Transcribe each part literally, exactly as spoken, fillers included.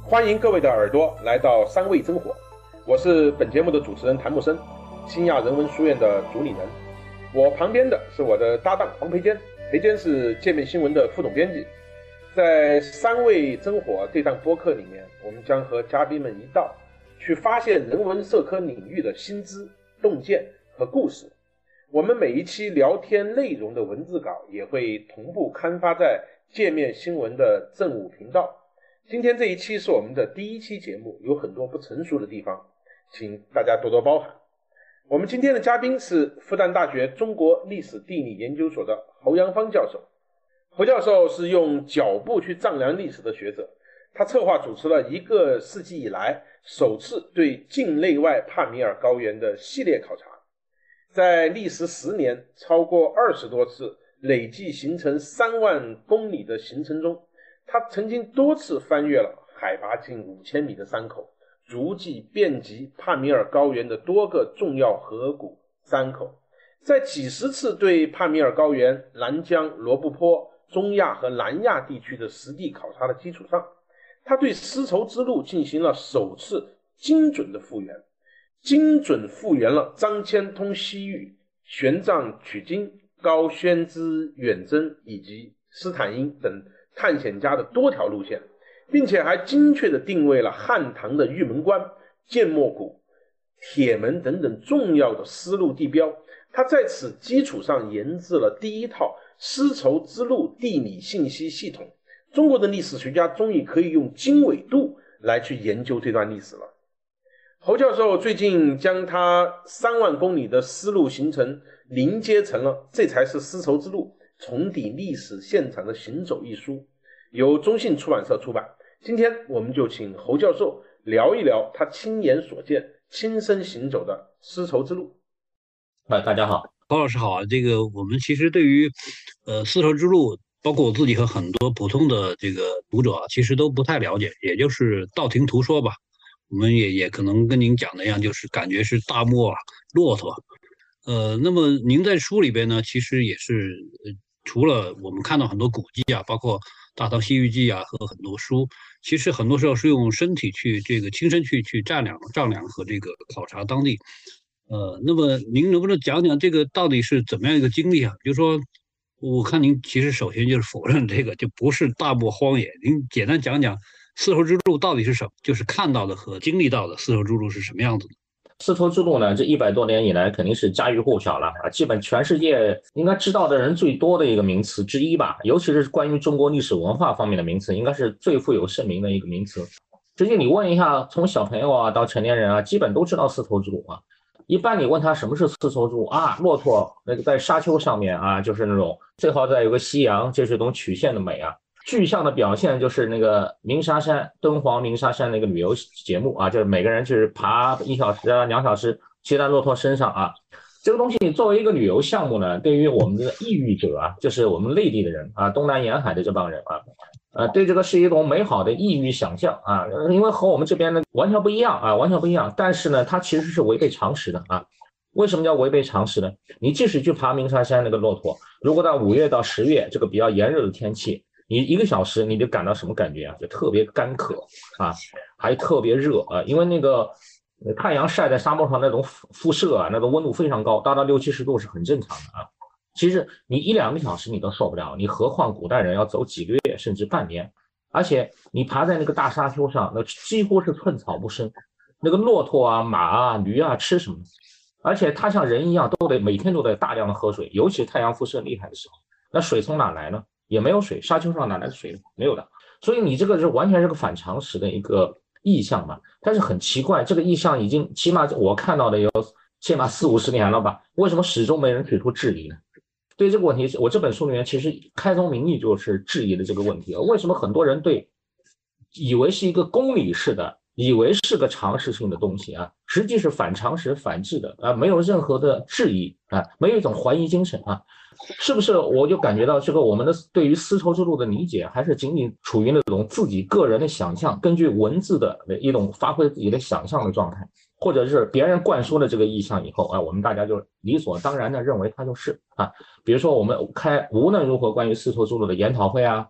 欢迎各位的耳朵来到三味真火，我是本节目的主持人谭木生，新亚人文书院的主理人。我旁边的是我的搭档黄培坚，培坚是界面新闻的副总编辑。在三味真火这档播客里面，我们将和嘉宾们一道去发现人文社科领域的新知、洞见和故事。我们每一期聊天内容的文字稿也会同步刊发在界面新闻的正午频道。今天这一期是我们的第一期节目，有很多不成熟的地方，请大家多多包涵。我们今天的嘉宾是复旦大学中国历史地理研究所的侯阳芳教授。侯教授是用脚步去丈量历史的学者，他策划主持了一个世纪以来首次对境内外帕米尔高原的系列考察，在历时十年超过二十多次累计行程三万公里的行程中，他曾经多次翻越了海拔近五千米的山口，足迹遍及帕米尔高原的多个重要河谷山口。在几十次对帕米尔高原、南疆、罗布泊、中亚和南亚地区的实地考察的基础上，他对丝绸之路进行了首次精准的复原，精准复原了张骞通西域、玄奘取经、高宣之远征以及斯坦因等探险家的多条路线，并且还精确地定位了汉唐的玉门关、剑墨谷、铁门等等重要的丝路地标。他在此基础上研制了第一套丝绸之路地理信息系统。中国的历史学家终于可以用经纬度来去研究这段历史了。侯教授最近将他三万公里的丝路行程临接成了《这才是丝绸之路：重抵历史现场的行走》一书，由中信出版社出版。今天我们就请侯教授聊一聊他亲眼所见、亲身行走的丝绸之路。 啊，大家好， 高老师好啊。这个我们其实对于呃丝绸之路，包括我自己和很多普通的这个读者啊，其实都不太了解，也就是道听途说吧。我们也也可能跟您讲的一样，就是感觉是大漠啊、骆驼。呃，那么您在书里边呢，其实也是呃除了我们看到很多古迹啊，包括《大唐西域记》啊和很多书，其实很多时候是用身体去这个亲身去去丈量、丈量和这个考察当地。呃，那么您能不能讲讲这个到底是怎么样一个经历啊？就是说，我看您其实首先就是否认这个就不是大漠荒野，您简单讲讲丝绸之路到底是什么，就是看到的和经历到的丝绸之路是什么样子的？ 丝绸之路呢，这一百多年以来肯定是家喻户晓了啊，基本全世界应该知道的人最多的一个名词之一吧。尤其是关于中国历史文化方面的名词，应该是最富有盛名的一个名词。实际你问一下，从小朋友啊到成年人啊，基本都知道丝绸之路啊。一般你问他什么是丝绸之路啊，骆驼那个在沙丘上面啊，就是那种最好再有个夕阳，这是一种曲线的美啊。具象的表现就是那个鸣沙山敦煌鸣沙山那个旅游节目啊，就是每个人就是爬一小时啊两小时骑在骆驼身上啊。这个东西作为一个旅游项目呢，对于我们的异域者啊，就是我们内地的人啊，东南沿海的这帮人啊，呃，对这个是一种美好的异域想象啊，因为和我们这边呢完全不一样啊，完全不一样。但是呢，它其实是违背常识的啊。为什么叫违背常识呢？你即使去爬鸣沙山那个骆驼，如果到五月到十月这个比较炎热的天气，你一个小时你就感到什么感觉啊？就特别干渴啊，还特别热啊，因为那个太阳晒在沙漠上那种辐射啊，那个温度非常高，达到六七十度是很正常的啊。其实你一两个小时你都受不了，你何况古代人要走几个月甚至半年，而且你爬在那个大沙丘上，那几乎是寸草不生，那个骆驼啊、马啊、驴啊吃什么？而且它像人一样，都得每天都得大量的喝水，尤其太阳辐射厉害的时候，那水从哪来呢？也没有水，沙丘上哪来的水呢？没有的。所以你这个是完全是个反常识的一个意象嘛。但是很奇怪，这个意象已经起码我看到的有起码四五十年了吧？为什么始终没人提出质疑呢？对这个问题，我这本书里面其实开宗明义就是质疑的这个问题。为什么很多人对以为是一个公理式的，以为是个常识性的东西啊，实际是反常识、反智的啊，没有任何的质疑啊，没有一种怀疑精神啊，是不是？我就感觉到这个我们的对于丝绸之路的理解，还是仅仅处于那种自己个人的想象，根据文字的一种发挥自己的想象的状态。或者是别人灌输了这个意象以后啊，我们大家就理所当然的认为它就是啊。比如说我们开无论如何关于丝绸之路的研讨会啊，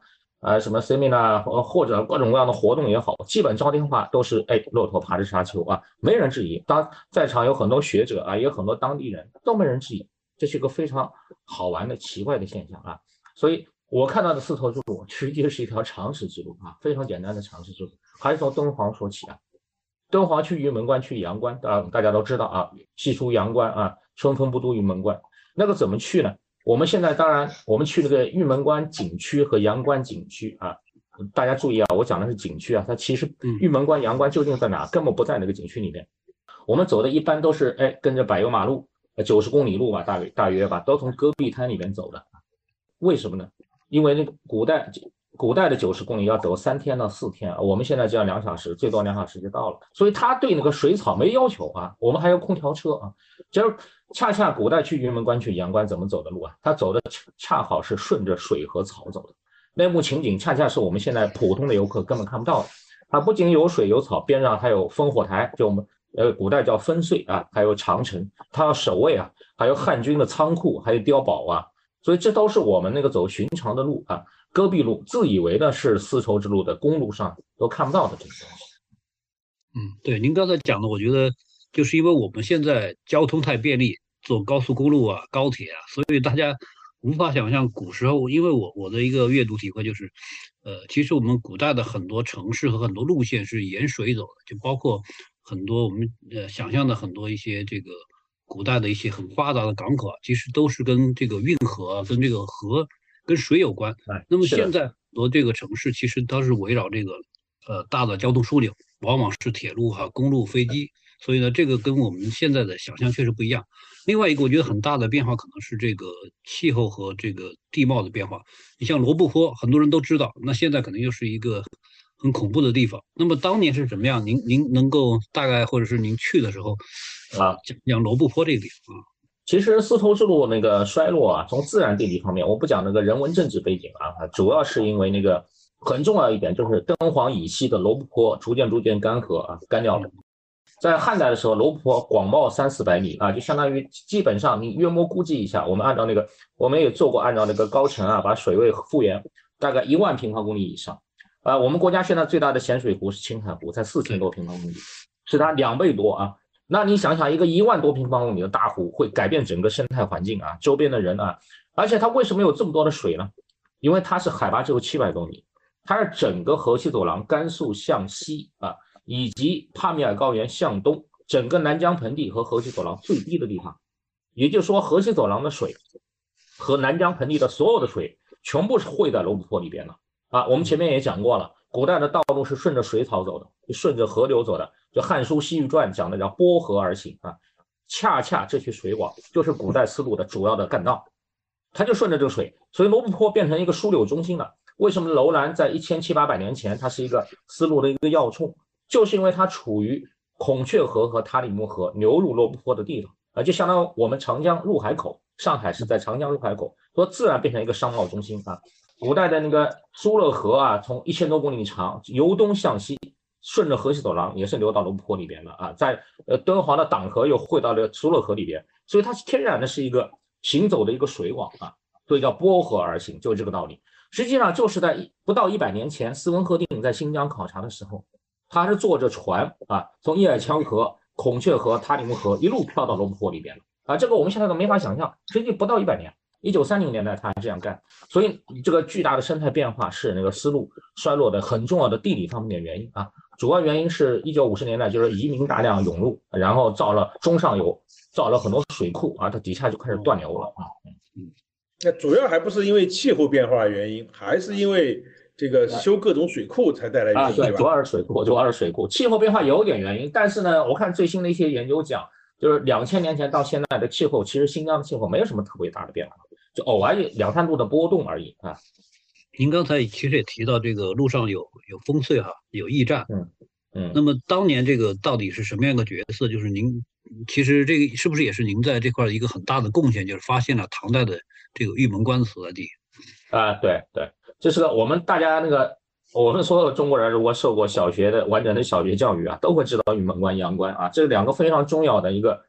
啊、呃、什么 seminar 或或者各种各样的活动也好，基本招电话都是哎骆驼爬着沙丘啊，没人质疑。当在场有很多学者啊，也有很多当地人都没人质疑，这是一个非常好玩的奇怪的现象啊。所以我看到的丝绸之路实际是一条常识之路啊，非常简单的常识之路，还是从敦煌说起啊。敦煌去玉门关去阳关啊，大家都知道啊，西出阳关啊，春风不度玉门关。那个怎么去呢？我们现在当然，我们去那个玉门关景区和阳关景区啊，大家注意啊，我讲的是景区啊，它其实玉门关、阳关究竟在哪？根本不在那个景区里面。我们走的一般都是哎，跟着柏油马路，九十公里路吧，大约大约吧，都从戈壁滩里面走的。为什么呢？因为那个古代古代的九十公里要走三天到四天，我们现在只要两小时，最多两小时就到了。所以他对那个水草没要求啊，我们还有空调车啊。就是恰恰古代去玉门关去阳关怎么走的路啊？他走的恰好是顺着水和草走的，那幕情景恰恰是我们现在普通的游客根本看不到的。它不仅有水有草，边上还有烽火台，就我们呃古代叫烽燧啊，还有长城，它要守卫啊，还有汉军的仓库，还有碉堡啊，所以这都是我们那个走寻常的路啊，戈壁路，自以为的是丝绸之路的公路上都看不到的这个东西。 嗯，对，您刚才讲的，我觉得就是因为我们现在交通太便利，坐高速公路啊、高铁啊，所以大家无法想象古时候。因为我我的一个阅读体会就是，呃，其实我们古代的很多城市和很多路线是沿水走的，就包括很多我们呃想象的很多一些这个古代的一些很发达的港口啊，其实都是跟这个运河啊、跟这个河、跟水有关。 哎， 那么现在很多这个城市其实它是围绕这个呃大的交通枢纽，往往是铁路哈、公路、飞机，所以呢，这个跟我们现在的想象确实不一样。另外一个，我觉得很大的变化可能是这个气候和这个地貌的变化。你像罗布泊，很多人都知道，那现在可能又是一个很恐怖的地方。那么当年是怎么样？您您能够大概，或者是您去的时候啊，讲讲罗布泊这个地方啊？ 其实丝绸之路那个衰落啊，从自然地理方面，我不讲那个人文政治背景啊，主要是因为那个很重要一点就是敦煌以西的罗布泊逐渐逐渐干涸啊，干掉了。在汉代的时候，罗布泊广袤三四百里啊，就相当于基本上你约莫估计一下，我们按照那个，我们也做过按照那个高程啊，把水位复原，大概一万平方公里以上。啊，我们国家现在最大的咸水湖是青海湖，才四千多平方公里，是它两倍多啊。那你想想，一个一万多平方公里的大湖会改变整个生态环境啊，周边的人啊，而且它为什么有这么多的水呢？因为它是海拔只有七百多米，它是整个河西走廊甘肃向西啊。以及帕米尔高原向东，整个南疆盆地和河西走廊最低的地方，也就是说，河西走廊的水和南疆盆地的所有的水全部是汇在罗布泊里边的啊。我们前面也讲过了，古代的道路是顺着水草走的，顺着河流走的，就《汉书·西域传》讲的叫波河而行啊。恰恰这些水网就是古代丝路的主要的干道，它就顺着这个水，所以罗布泊变成一个枢纽中心了。为什么楼兰在一千七八百年前它是一个丝路的一个要冲？就是因为它处于孔雀河和塔里木河流入罗布泊的地方啊，就相当于我们长江入海口，上海是在长江入海口，所以自然变成一个商贸中心啊。古代的那个苏勒河啊，从一千多公里长，由东向西，顺着河西走廊也是流到罗布泊里边的啊，在呃敦煌的党河又汇到了苏勒河里边，所以它天然的是一个行走的一个水网啊，所以叫波河而行，就是这个道理。实际上就是在不到一百年前，斯文赫定在新疆考察的时候。他是坐着船啊，从叶尔羌河、孔雀河、塔里木河一路漂到罗布泊里边了啊，这个我们现在都没法想象，实际不到一百年，一九三零年代他还这样干，所以这个巨大的生态变化是那个丝路衰落的很重要的地理方面的原因啊，主要原因是一九五十年代就是移民大量涌入，然后造了中上游，造了很多水库啊，它底下就开始断流了啊。 嗯，那主要还不是因为气候变化原因，还是因为这个修各种水库才带来原因， 啊，对，主要是水库，主要是水库。气候变化有点原因，但是呢，我看最新的一些研究讲，就是两千年前到现在的气候，其实新疆的气候没有什么特别大的变化，就偶尔两三度的波动而已啊。 您刚才其实也提到这个路上有有烽燧哈，有驿站， 嗯嗯。 那么当年这个到底是什么样的角色？就是您其实这个是不是也是您在这块一个很大的贡献，就是发现了唐代的这个玉门关所在地？ 啊，对对，这是个我们大家那个，我们所有中国人如果受过小学的完整的小学教育啊，都会知道玉门关、阳关啊，这两个非常重要的一个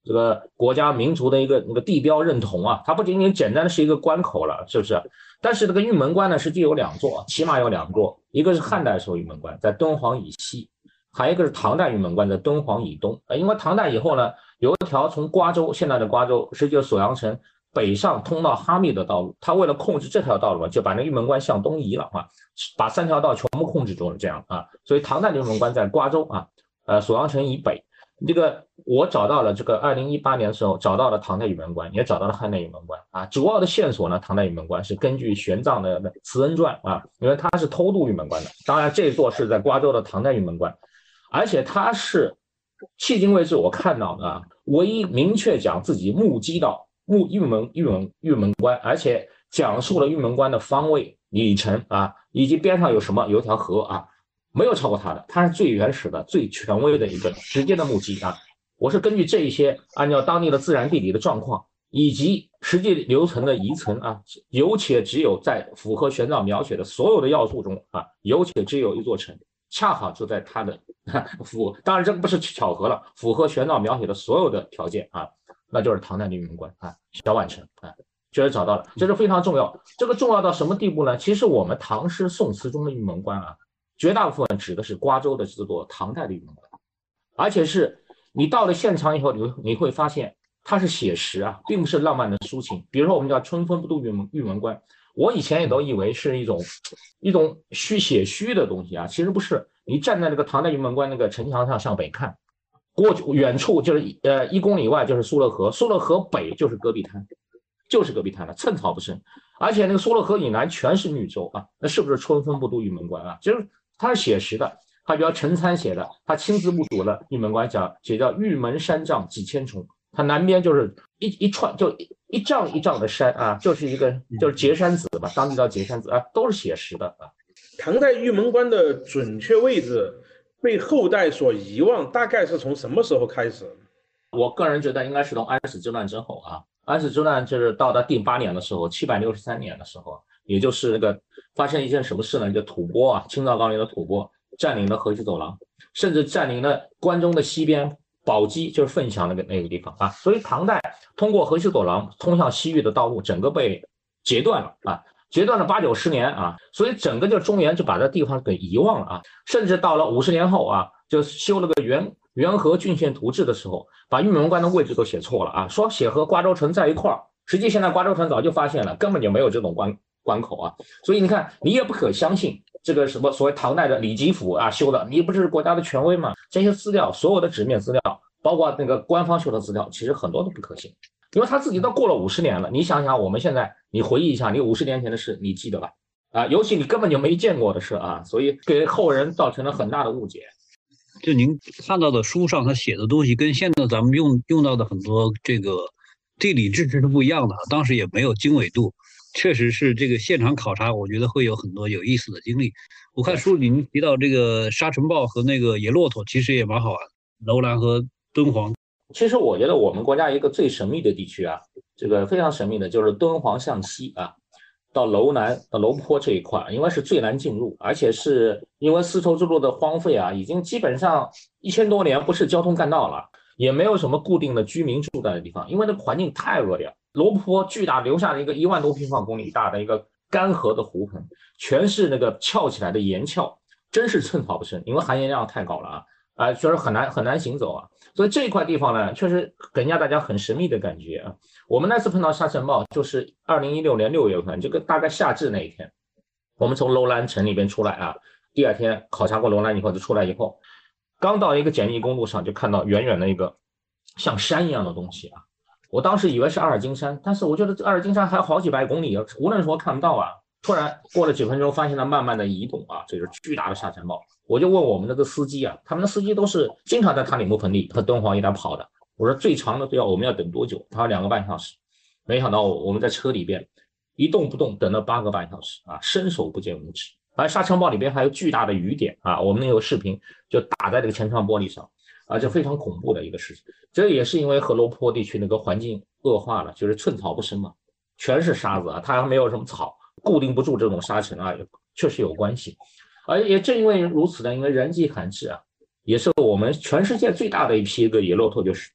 这个国家民族的一个那个地标认同啊，它不仅仅简单的是一个关口了，是不是？但是这个玉门关呢，实际有两座，起码有两座，一个是汉代时候玉门关，在敦煌以西，还有一个是唐代玉门关，在敦煌以东。因为唐代以后呢，有一条从瓜州现在的瓜州，实际就是锁阳城北上通到哈密的道路，他为了控制这条道路，就把那玉门关向东移了啊，把三条道全部控制住了，这样啊，所以唐代的玉门关在瓜州啊，呃，锁阳城以北。这个我找到了这个二零一八年的时候找到了唐代玉门关，也找到了汉代玉门关啊。主要的线索呢，唐代玉门关是根据玄奘的《慈恩传》啊，因为他是偷渡玉门关的。当然，这座是在瓜州的唐代玉门关，而且他是迄今为止我看到的啊，唯一明确讲自己目击到木玉门玉门玉门关，而且讲述了玉门关的方位、里程啊，以及边上有什么有一条河啊。没有超过他的，他是最原始的、最权威的一个直接的目击啊！我是根据这一些，按照当地的自然地理的状况以及实际流程的遗存啊，有且只有在符合玄奘描写的所有的要素中啊，有且只有一座城，恰好就在他的符，当然这个不是巧合了，符合玄奘描写的所有的条件啊，那就是唐代的玉门关啊，小宛城啊，确实找到了，这是非常重要。这个重要到什么地步呢？其实我们唐诗宋词中的玉门关啊。绝大部分指的是瓜州的这座唐代的玉门关，而且是你到了现场以后，你你会发现它是写实啊，并不是浪漫的抒情。比如说我们叫春风不度玉门玉门关，我以前也都以为是一种一种虚写虚的东西啊，其实不是。你站在这个唐代玉门关那个城墙上向北看，过去远处就是呃一公里外就是苏勒河，苏勒河北就是戈壁滩，就是戈壁滩了，寸草不生。而且那个苏勒河以南全是绿洲啊，那是不是春风不度玉门关啊？就是。他是写实的，他比较陈参写的，他亲自目睹了玉门关，讲写叫玉门山丈几千重，它南边就是一一串就一一丈一丈的山啊，就是一个就是截山子吧，当地叫截山子啊，都是写实的啊。 唐代玉门关的准确位置被后代所遗忘，大概是从什么时候开始？ 我个人觉得应该是从安史之乱之后啊，安史之乱就是到达第八年的时候，七百六十三年的时候。也就是那个发生一件什么事呢？就吐蕃啊，青藏高原的吐蕃占领了河西走廊，甚至占领了关中的西边宝鸡，就是凤翔那个那个地方啊。所以唐代通过河西走廊通向西域的道路，整个被截断了啊，截断了八九十年啊。所以整个就中原就把这地方给遗忘了啊。甚至到了五十年后啊，就修了个元元和郡县图志的时候，把玉门关的位置都写错了啊，说写和瓜州城在一块儿，实际现在瓜州城早就发现了，根本就没有这种关。关口啊，所以你看，你也不可相信这个什么所谓唐代的李吉甫啊修的，你不是国家的权威吗？这些资料，所有的纸面资料，包括那个官方修的资料，其实很多都不可信，因为他自己都过了五十年了。你想想，我们现在，你回忆一下，你五十年前的事，你记得吧？啊，尤其你根本就没见过的事啊，所以给后人造成了很大的误解。 就您看到的书上他写的东西，跟现在咱们用用到的很多这个地理知识是不一样的，当时也没有经纬度。确实是这个现场考察，我觉得会有很多有意思的经历。我看书里您提到这个沙尘暴和那个野骆驼，其实也蛮好玩。楼兰和敦煌， 其实我觉得我们国家一个最神秘的地区啊，这个非常神秘的就是敦煌向西啊，到楼兰到楼坡这一块，因为是最难进入，而且是因为丝绸之路的荒废啊，已经基本上一千多年不是交通干道了，也没有什么固定的居民住在的地方，因为那个环境太恶劣了。楼坡巨大，留下了一个一万多平方公里大的一个干涸的湖盆，全是那个翘起来的岩壳，真是寸草不生，因为含盐量太高了啊，啊、呃，确实很难很难行走啊。所以这一块地方呢，确实给人家大家很神秘的感觉啊。我们那次碰到沙尘暴，就是二零一六年六月份，这个大概夏至那一天，我们从楼兰城里边出来啊，第二天考察过楼兰以后就出来以后，刚到一个简易公路上，就看到远远的一个像山一样的东西啊。我当时以为是阿尔金山，但是我觉得这阿尔金山还有好几百公里，无论说看不到啊。突然过了几分钟，发现它慢慢的移动啊，这是巨大的沙尘暴。我就问我们那个司机啊，他们的司机都是经常在塔里木盆地和敦煌一带跑的。我说最长的要我们要等多久？他说两个半小时。没想到我们在车里边一动不动等了八个半小时啊，伸手不见五指。而沙尘暴里边还有巨大的雨点啊，我们那个视频就打在这个前窗玻璃上。啊，这非常恐怖的一个事情。这也是因为河楼坡地区那个环境恶化了，就是寸草不生嘛，全是沙子啊，它还没有什么草，固定不住这种沙尘啊，确实有关系。而也正因为如此呢，因为人迹罕至啊，也是我们全世界最大的一批个野骆驼就是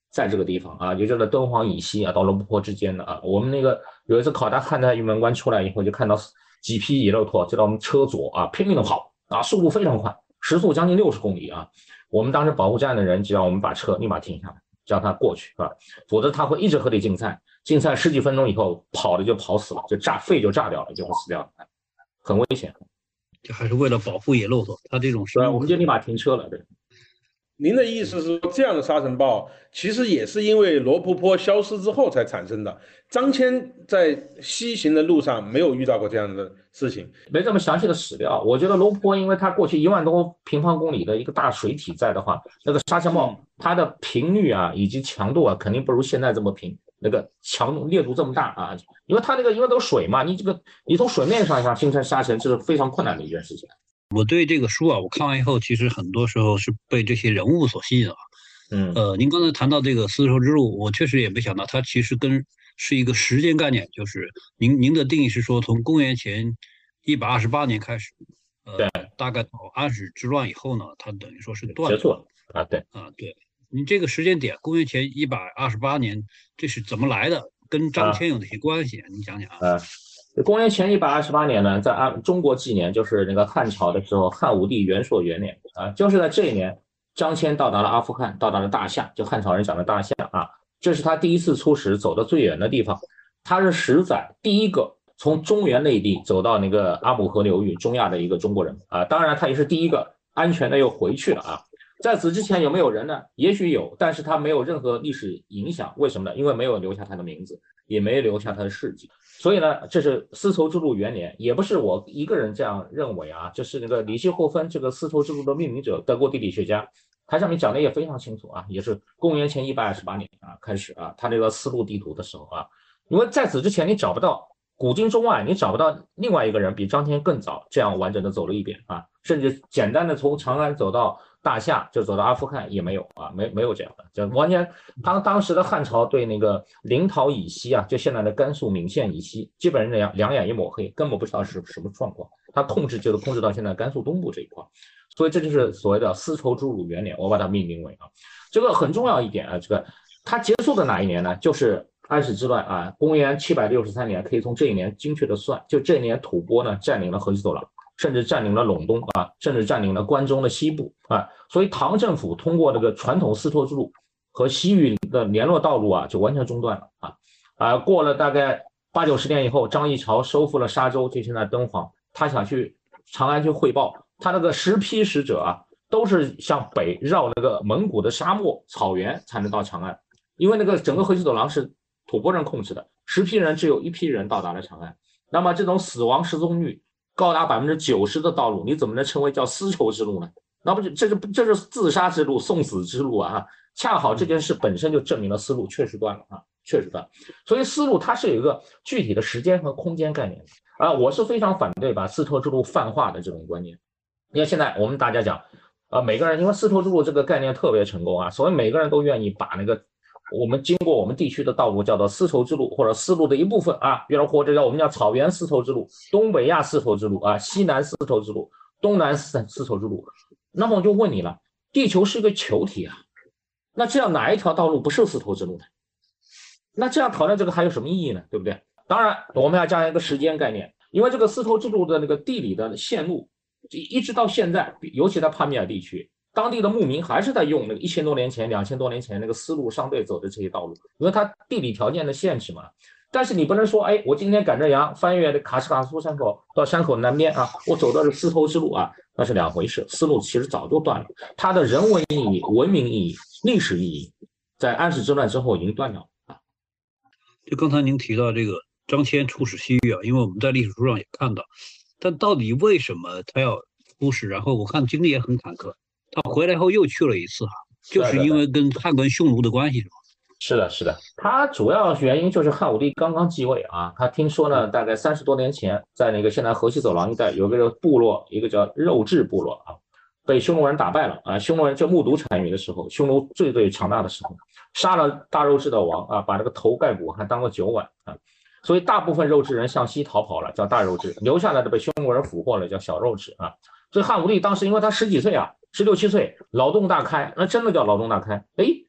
在这个地方啊，也就是敦煌以西啊到罗布泊之间的啊。我们那个有一次考察汉代玉门关出来以后，就看到几匹野骆驼就到我们车左啊，拼命的跑啊，速度非常快，时速将近六十公里啊。我们当时保护站的人只要我们把车立马停下来，让他过去啊，否则他会一直和你竞赛，竞赛十几分钟以后跑的就跑死了，就炸肺就炸掉了，就会死掉了，很危险。 就还是为了保护野骆驼，它这种对，我们就立马停车了。对。 您的意思是说，这样的沙尘暴其实也是因为罗布泊消失之后才产生的？张骞在西行的路上没有遇到过这样的事情， 没这么详细的史料。我觉得罗布泊，因为它过去一万多平方公里的一个大水体在的话，那个沙尘暴它的频率啊以及强度啊，肯定不如现在这么频，那个强度烈度这么大啊。因为它那个因为都是水嘛，你这个你从水面上想形成沙尘，这是非常困难的一件事情。 我对这个书啊，我看完以后，其实很多时候是被这些人物所吸引了。 嗯， 呃，您刚才谈到这个丝绸之路，我确实也没想到，它其实跟是一个时间概念，就是您您的定义是说，从公元前一百二十八年开始，呃， 对， 大概到安史之乱以后呢，它等于说是断结束了啊，对啊，对，你这个时间点，公元前一百二十八年，这是怎么来的？跟张骞有哪些关系？你讲讲啊。 啊。公元前一百二十八年呢，在按中国纪年，就是那个汉朝的时候，汉武帝元朔元年啊，就是在这一年，张骞到达了阿富汗，到达了大夏，就汉朝人讲的大夏啊，这是他第一次出使走的最远的地方。他是十载第一个从中原内地走到那个阿姆河流域中亚的一个中国人啊，当然他也是第一个安全的又回去了啊。在此之前有没有人呢？也许有，但是他没有任何历史影响。为什么呢？因为没有留下他的名字，也没留下他的事迹。所以呢，这是丝绸之路元年，也不是我一个人这样认为啊，这是那个里希霍芬这个丝绸之路的命名者，德国地理学家，他上面讲的也非常清楚啊，也是公元前一百二十八年啊开始啊，他这个丝路地图的时候啊，因为在此之前你找不到古今中外，你找不到另外一个人比张骞更早这样完整的走了一遍啊，甚至简单的从长安走到大夏就走到阿富汗也没有啊，没没有这样的，就完全当当时的汉朝对那个临洮以西啊，就现在的甘肃岷县以西，基本上两两眼一抹黑，根本不知道是什么状况。他控制就是控制到现在甘肃东部这一块，所以这就是所谓的丝绸之路元年，我把它命名为啊，这个很重要一点啊，这个它结束的哪一年呢？就是安史之乱啊，公元七百六十三年，可以从这一年精确的算，就这一年吐蕃呢占领了河西走廊。甚至占领了陇东啊，甚至占领了关中的西部啊，所以唐政府通过这个传统丝绸之路和西域的联络道路啊，就完全中断了啊啊！过了大概八九十年以后，张议潮收复了沙州，就现在敦煌，他想去长安去汇报，他那个十批使者啊，都是向北绕那个蒙古的沙漠草原才能到长安，因为那个整个河西走廊是吐蕃人控制的，十批人只有一批人到达了长安，那么这种死亡失踪率高达百分之九十的道路，你怎么能称为叫丝绸之路呢？那不就这是这是自杀之路、送死之路啊！恰好这件事本身就证明了丝路确实断了啊，确实断。所以丝路它是有一个具体的时间和空间概念的啊，我是非常反对把丝绸之路泛化的这种观念。因为现在我们大家讲啊，每个人因为丝绸之路这个概念特别成功啊，所以每个人都愿意把那个我们经过我们地区的道路叫做丝绸之路或者丝路的一部分啊，比如或者叫我们叫草原丝绸之路、东北亚丝绸之路啊、西南丝绸之路、东南丝绸之路。那么我就问你了，地球是个球体啊，那这样哪一条道路不是丝绸之路呢？那这样讨论这个还有什么意义呢？对不对？当然我们要加一个时间概念，因为这个丝绸之路的那个地理的线路一直到现在，尤其在帕米尔地区，当地的牧民还是在用那个一千多年前、两千多年前那个丝路商队走的这些道路，因为它地理条件的限制嘛。但是你不能说，哎，我今天赶着羊翻越喀什噶苏山口到山口南边啊，我走到了丝绸之路啊，那是两回事。丝路其实早就断了，它的人文意义、文明意义、历史意义，在安史之乱之后已经断掉了啊。 就刚才您提到这个张骞出使西域啊，因为我们在历史书上也看到，但到底为什么他要出使？然后我看经历也很坎坷。他回来后又去了一次哈，就是因为跟汉跟匈奴的关系是吧？ 是的，是的，他主要原因就是汉武帝刚刚继位啊，他听说呢，大概三十多年前，在那个现在河西走廊一带有个部落，一个叫肉质部落啊，被匈奴人打败了啊，匈奴人就目睹单于的时候，匈奴最最强大的时候，杀了大肉质的王啊，把这个头盖骨还当个酒碗啊，所以大部分肉质人向西逃跑了，叫大肉质，留下来的被匈奴人俘获了，叫小肉质啊。所以汉武帝当时因为他十几岁啊，十六七岁，脑洞大开，那真的叫脑洞大开。哎，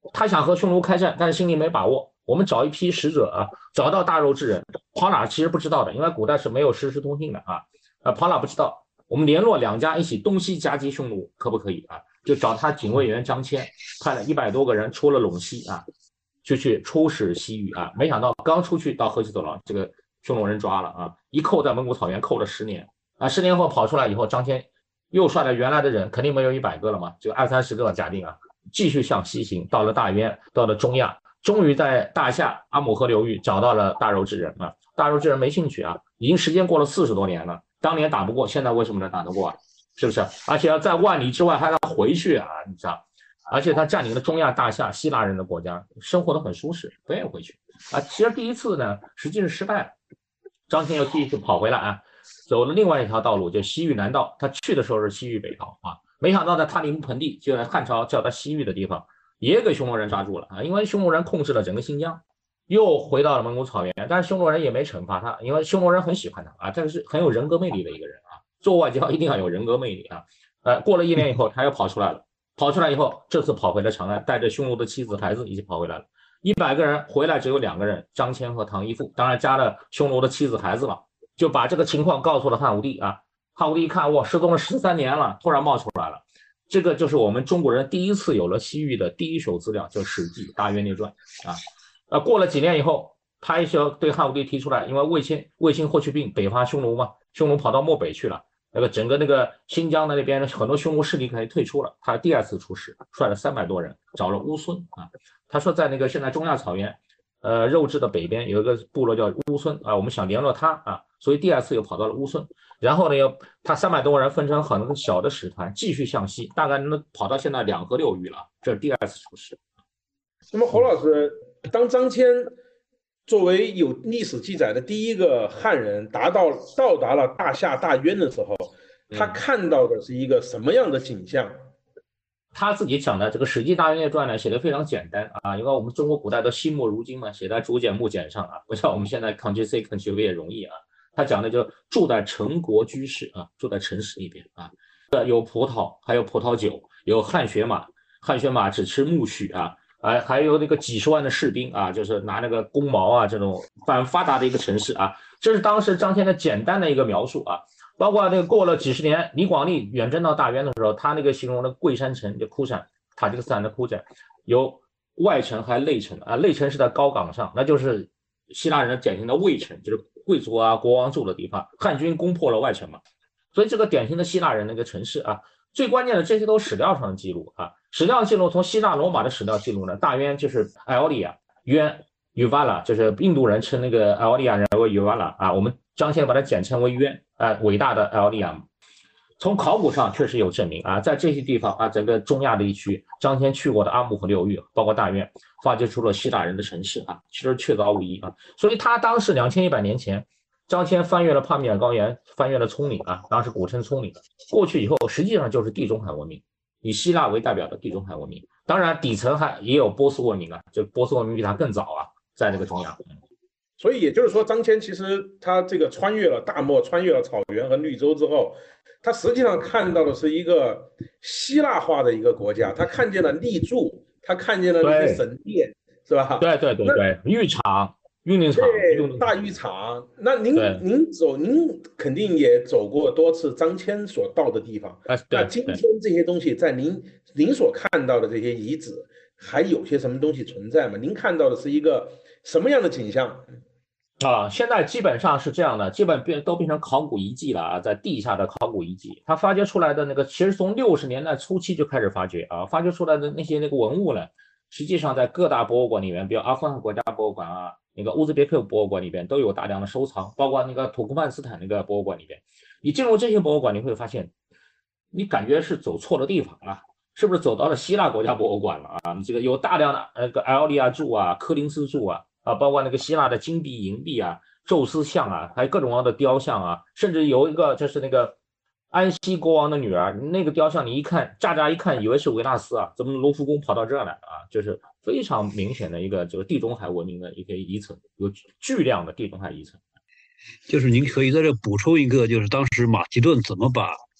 他想和匈奴开战，但是心里没把握。我们找一批使者啊，找到大肉之人，跑哪其实不知道的，因为古代是没有实时通信的啊，呃，跑哪不知道。我们联络两家一起东西夹击匈奴，可不可以啊？就找他警卫员张骞，派了一百多个人出了陇西啊，就去出使西域啊。没想到刚出去到河西走廊，这个匈奴人抓了啊，一扣在蒙古草原扣了十年啊。十年后跑出来以后，张骞又率了原来的人，肯定没有一百个了嘛，就二三十个假定啊，继续向西行，到了大渊，到了中亚。终于在大夏阿姆河流域找到了大柔之人啊，大柔之人没兴趣啊，已经时间过了四十多年了，当年打不过，现在为什么能打得过啊？是不是？而且要在万里之外还要回去啊，你知道？而且他占领了中亚大夏希腊人的国家，生活得很舒适，不愿意回去啊。其实第一次呢，实际是失败了，张骞又继续跑回来啊，走了另外一条道路，就西域南道。他去的时候是西域北逃啊，没想到在塔里木盆地，就在汉朝叫他西域的地方。也给匈奴人抓住了啊！因为匈奴人控制了整个新疆，又回到了蒙古草原，但是匈奴人也没惩罚他，因为匈奴人很喜欢他啊，这个是很有人格魅力的一个人啊。做外交一定要有人格魅力啊！呃，过了一年以后，他又跑出来了，跑出来以后，这次跑回了长安，带着匈奴的妻子孩子一起跑回来了。一百个人回来只有两个人，张骞和唐一父，当然加了匈奴的妻子孩子了，就把这个情况告诉了汉武帝啊。汉武帝一看，哇，失踪了十三年了，突然冒出来了。这个就是我们中国人第一次有了西域的第一手资料，叫《史记·大渊列传》啊。呃，过了几年以后，他就对汉武帝提出来，因为卫青卫青霍去病北伐匈奴嘛，匈奴跑到漠北去了，那个整个那个新疆的那边很多匈奴势力可以退出了。他第二次出使，率了三百多人，找了乌孙啊。他说在那个现在中亚草原，呃，肉质的北边有一个部落叫乌孙啊，我们想联络他啊，所以第二次又跑到了乌孙。然后呢，又他三百多人分成很多小的使团，继续向西，大概能跑到现在两河流域了。这是第二次出使。 那么侯老师，当张骞作为有历史记载的第一个汉人达到到达了大夏大渊的时候，他看到的是一个什么样的景象？ 他自己讲的这个《史记·大渊列传》呢，写的非常简单啊，因为我们中国古代都惜墨如金嘛，写在竹简木简上啊，不像我们现在 Ctrl C Ctrl V 也容易啊。他讲的就住在城国居士啊，住在城市里边啊，有葡萄，还有葡萄酒，有汗血马，汗血马只吃苜蓿啊，哎，还有那个几十万的士兵啊，就是拿那个弓矛啊，这种反发达的一个城市啊，这是当时张骞的简单的一个描述啊。包括那个过了几十年，李广利远征到大渊的时候，他那个形容的桂山城，就枯山，塔吉克斯坦的枯山，有外城还内城啊，内城是在高岗上，那就是希腊人典型的卫城，就是贵族啊国王住的地方。汉军攻破了外城嘛，所以这个典型的希腊人的一个城市啊。最关键的，这些都是史料上的记录啊。史料记录从希腊罗马的史料记录呢，大渊就是艾奥利亚，渊 Uvala 就是印度人称那个艾奥利亚人为 Uvala 啊，我们张骞把它简称为渊啊，伟大的艾奥利亚。从考古上确实有证明啊，在这些地方啊，整个中亚地区，张骞去过的阿姆河流域，包括大渊，发掘出了希腊人的城市啊，其实确凿无疑啊。所以他当时两千一百年前，张骞翻越了帕米尔高原，翻越了葱岭啊，当时古称葱岭，过去以后实际上就是地中海文明，以希腊为代表的地中海文明。当然底层还也有波斯文明啊，就波斯文明比他更早啊，在这个中亚。 所以也就是说，张骞其实他这个穿越了大漠，穿越了草原和绿洲之后，他实际上看到的是一个希腊化的一个国家，他看见了立柱，他看见了那些神殿，是吧？ 对对对对，浴场、运动场、 对，大浴场。那您您走，您肯定也走过多次张骞所到的地方。 啊、 那今天这些东西，在您您所看到的这些遗址，还有些什么东西存在吗？您看到的是一个什么样的景象？ 啊，现在基本上是这样的，基本变都变成考古遗迹了啊，在地下的考古遗迹，它发掘出来的那个，其实从六十年代初期就开始发掘啊，发掘出来的那些那个文物呢，实际上在各大博物馆里面，比如阿富汗国家博物馆啊，那个乌兹别克博物馆里边都有大量的收藏，包括那个土库曼斯坦那个博物馆里边，你进入这些博物馆，你会发现，你感觉是走错了地方啊，是不是走到了希腊国家博物馆了啊？你这个有大量的那个艾奥利亚柱啊、柯林斯柱啊。啊，包括那个希腊的金币、银币啊、宙斯像啊，还有各种各样的雕像啊，甚至有一个就是那个安息国王的女儿，那个雕像你一看，乍乍一看以为是维纳斯啊，怎么卢浮宫跑到这儿来啊？就是非常明显的一个这个地中海文明的一个遗存，有巨量的地中海遗存。 就是您可以在这补充一个，就是当时马其顿怎么把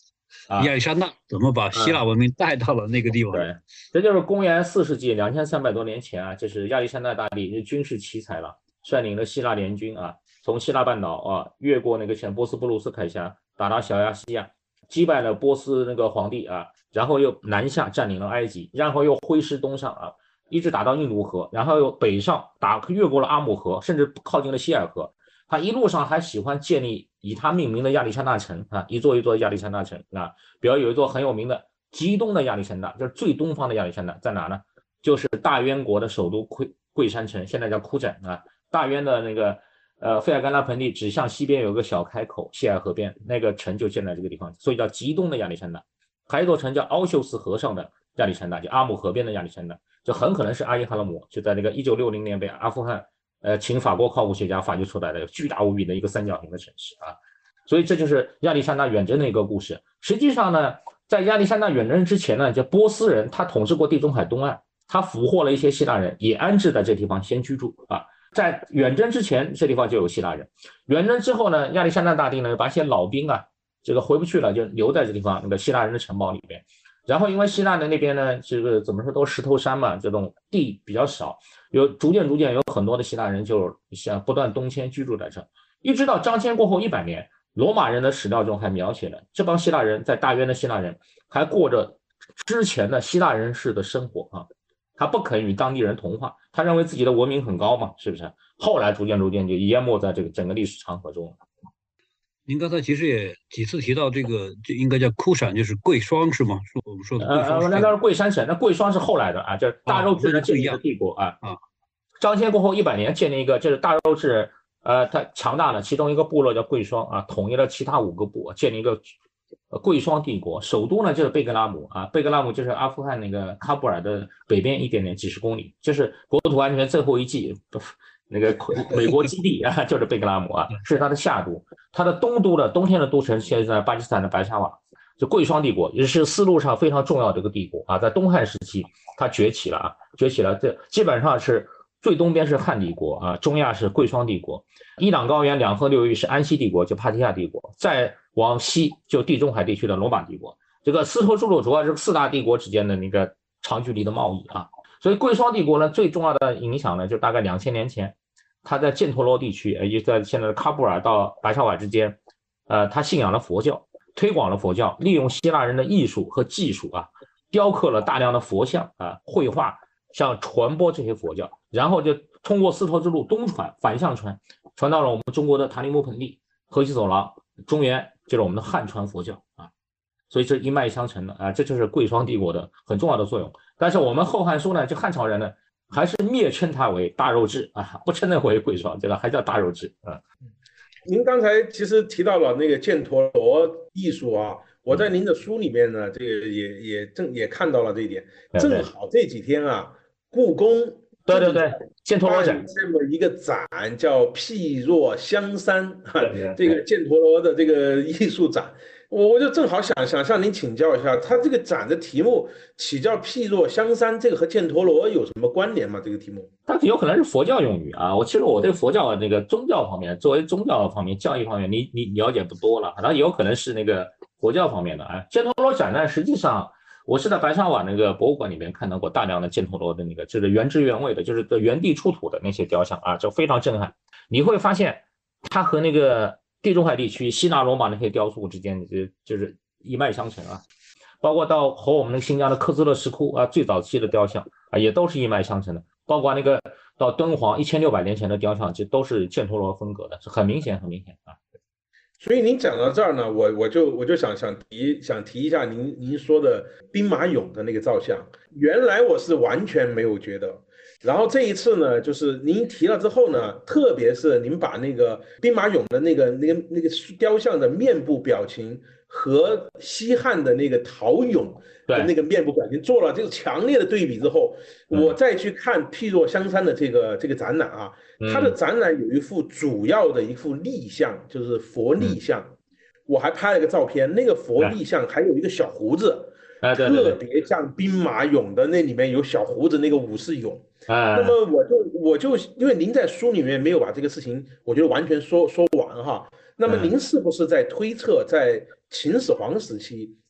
亚历山大怎么把希腊文明带到了那个地方？ 对，这就是公元四世纪两千三百多年前啊，这是亚历山大大帝是军事奇才了，率领了希腊联军啊，从希腊半岛啊越过那个前波斯布鲁斯海峡，打到小亚细亚，击败了波斯那个皇帝啊，然后又南下占领了埃及，然后又挥师东上啊，一直打到印度河，然后又北上打越过了阿姆河，甚至靠近了希尔河。他一路上还喜欢建立以他命名的亚历山大城啊，一座一座亚历山大城啊，比如有一座很有名的极东的亚历山大，就是最东方的亚历山大，在哪呢？就是大渊国的首都贵贵山城，现在叫库展啊。大渊的那个呃费尔干纳盆地指向西边有个小开口，谢尔河边，那个城就建在这个地方，所以叫极东的亚历山大。还有一座城叫奥修斯河上的亚历山大，就阿姆河边的亚历山大，这很可能是阿伊哈勒姆，就在那个一九六零年被阿富汗呃请法国考古学家发掘出来的巨大无比的一个三角形的城市啊。所以这就是亚历山大远征的一个故事。实际上呢，在亚历山大远征之前呢，就波斯人他统治过地中海东岸，他俘获了一些希腊人，也安置在这地方先居住啊。在远征之前，这地方就有希腊人。远征之后呢，亚历山大大帝呢把一些老兵啊，这个回不去了，就留在这地方那个希腊人的城堡里边。然后因为希腊的那边呢，这个怎么说都石头山嘛，这种地比较少，有逐渐逐渐有很多的希腊人就想不断东迁居住在这，一直到张骞过后一百年。罗马人的史料中还描写了这帮希腊人在大渊的希腊人还过着之前的希腊人式的生活啊，他不肯与当地人同化，他认为自己的文明很高嘛，是不是？后来逐渐逐渐就淹没在这个整个历史长河中。 您刚才其实也几次提到这个，就应该叫库闪，就是贵霜是吗？是我们说的贵霜。 呃，那倒是贵山省，那贵霜是后来的啊，就是大肉质的建立的帝国啊。 啊， 张骞过后一百年建立一个，就是大肉质。呃，他强大了，其中一个部落叫贵霜啊，统一了其他五个部，建立一个贵霜帝国。首都呢就是贝格拉姆啊，贝格拉姆就是阿富汗那个喀布尔的北边一点点，几十公里，就是国土安全最后一季那个美国基地啊，就是贝格拉姆啊，是它的下都。它的东都的冬天的都城现在在巴基斯坦的白沙瓦，就贵霜帝国也是丝路上非常重要的一个帝国啊，在东汉时期它崛起了啊，崛起了，这基本上是。最东边是汉帝国啊，中亚是贵霜帝国，伊朗高原两河流域是安息帝国，就帕提亚帝国，再往西就地中海地区的罗马帝国。这个丝绸之路主要是四大帝国之间的那个长距离的贸易啊，所以贵霜帝国呢最重要的影响呢，就大概两千年前，他在犍陀罗地区，也就在现在的喀布尔到白沙瓦之间，呃，他信仰了佛教，推广了佛教，利用希腊人的艺术和技术啊，雕刻了大量的佛像啊，绘画。像传播这些佛教，然后就通过丝绸之路东传，反向传，传到了我们中国的塔里木盆地、河西走廊、中原，就是我们的汉传佛教啊，所以这一脉相承的啊，这就是贵霜帝国的很重要的作用。但是我们后汉书呢，就汉朝人呢，还是蔑称它为大肉质啊，不称它为贵霜，这个还叫大肉质啊。 您刚才其实提到了那个犍陀罗艺术啊。我在您的书里面呢，这个也也正也看到了这一点，正好这几天啊，故宫对对对，犍陀罗展这么一个展叫“譬若香山”，这个犍陀罗的这个艺术展，我我就正好想想向您请教一下，它这个展的题目起叫“譬若香山”，这个和犍陀罗有什么关联吗？这个题目？ 它有可能是佛教用语啊。我其实我对佛教那个宗教方面，作为宗教方面、教义方面，你你了解不多了，然后有可能是那个。佛教方面的啊，犍陀罗展呢，实际上我是在白沙瓦那个博物馆里面看到过大量的犍陀罗的那个，就是原汁原味的，就是原地出土的那些雕像啊，就非常震撼。你会发现，它和那个地中海地区希腊罗马那些雕塑之间，就就是一脉相承啊。包括到和我们那个新疆的克孜勒石窟啊，最早期的雕像啊，也都是一脉相承的。包括那个到敦煌一千六百年前的雕像，这都是犍陀罗风格的，是很明显，很明显啊。 所以您讲到这儿呢，我我就我就想想提想提一下您您说的兵马俑的那个造像，原来我是完全没有觉得，然后这一次呢，就是您提了之后呢，特别是您把那个兵马俑的那个那个那个雕像的面部表情和西汉的那个陶俑的那个面部表情做了这个强烈的对比之后，我再去看譬若香山的这个这个展览啊。它的展览有一幅主要的一幅立像，就是佛立像，嗯、我还拍了个照片，那个佛立像还有一个小胡子， 哎、对对对特别像兵马俑的那里面有小胡子那个武士俑。 哎、 那么我就我就因为您在书里面没有把这个事情，我觉得完全说说完哈。那么您是不是在推测，在秦始皇时期，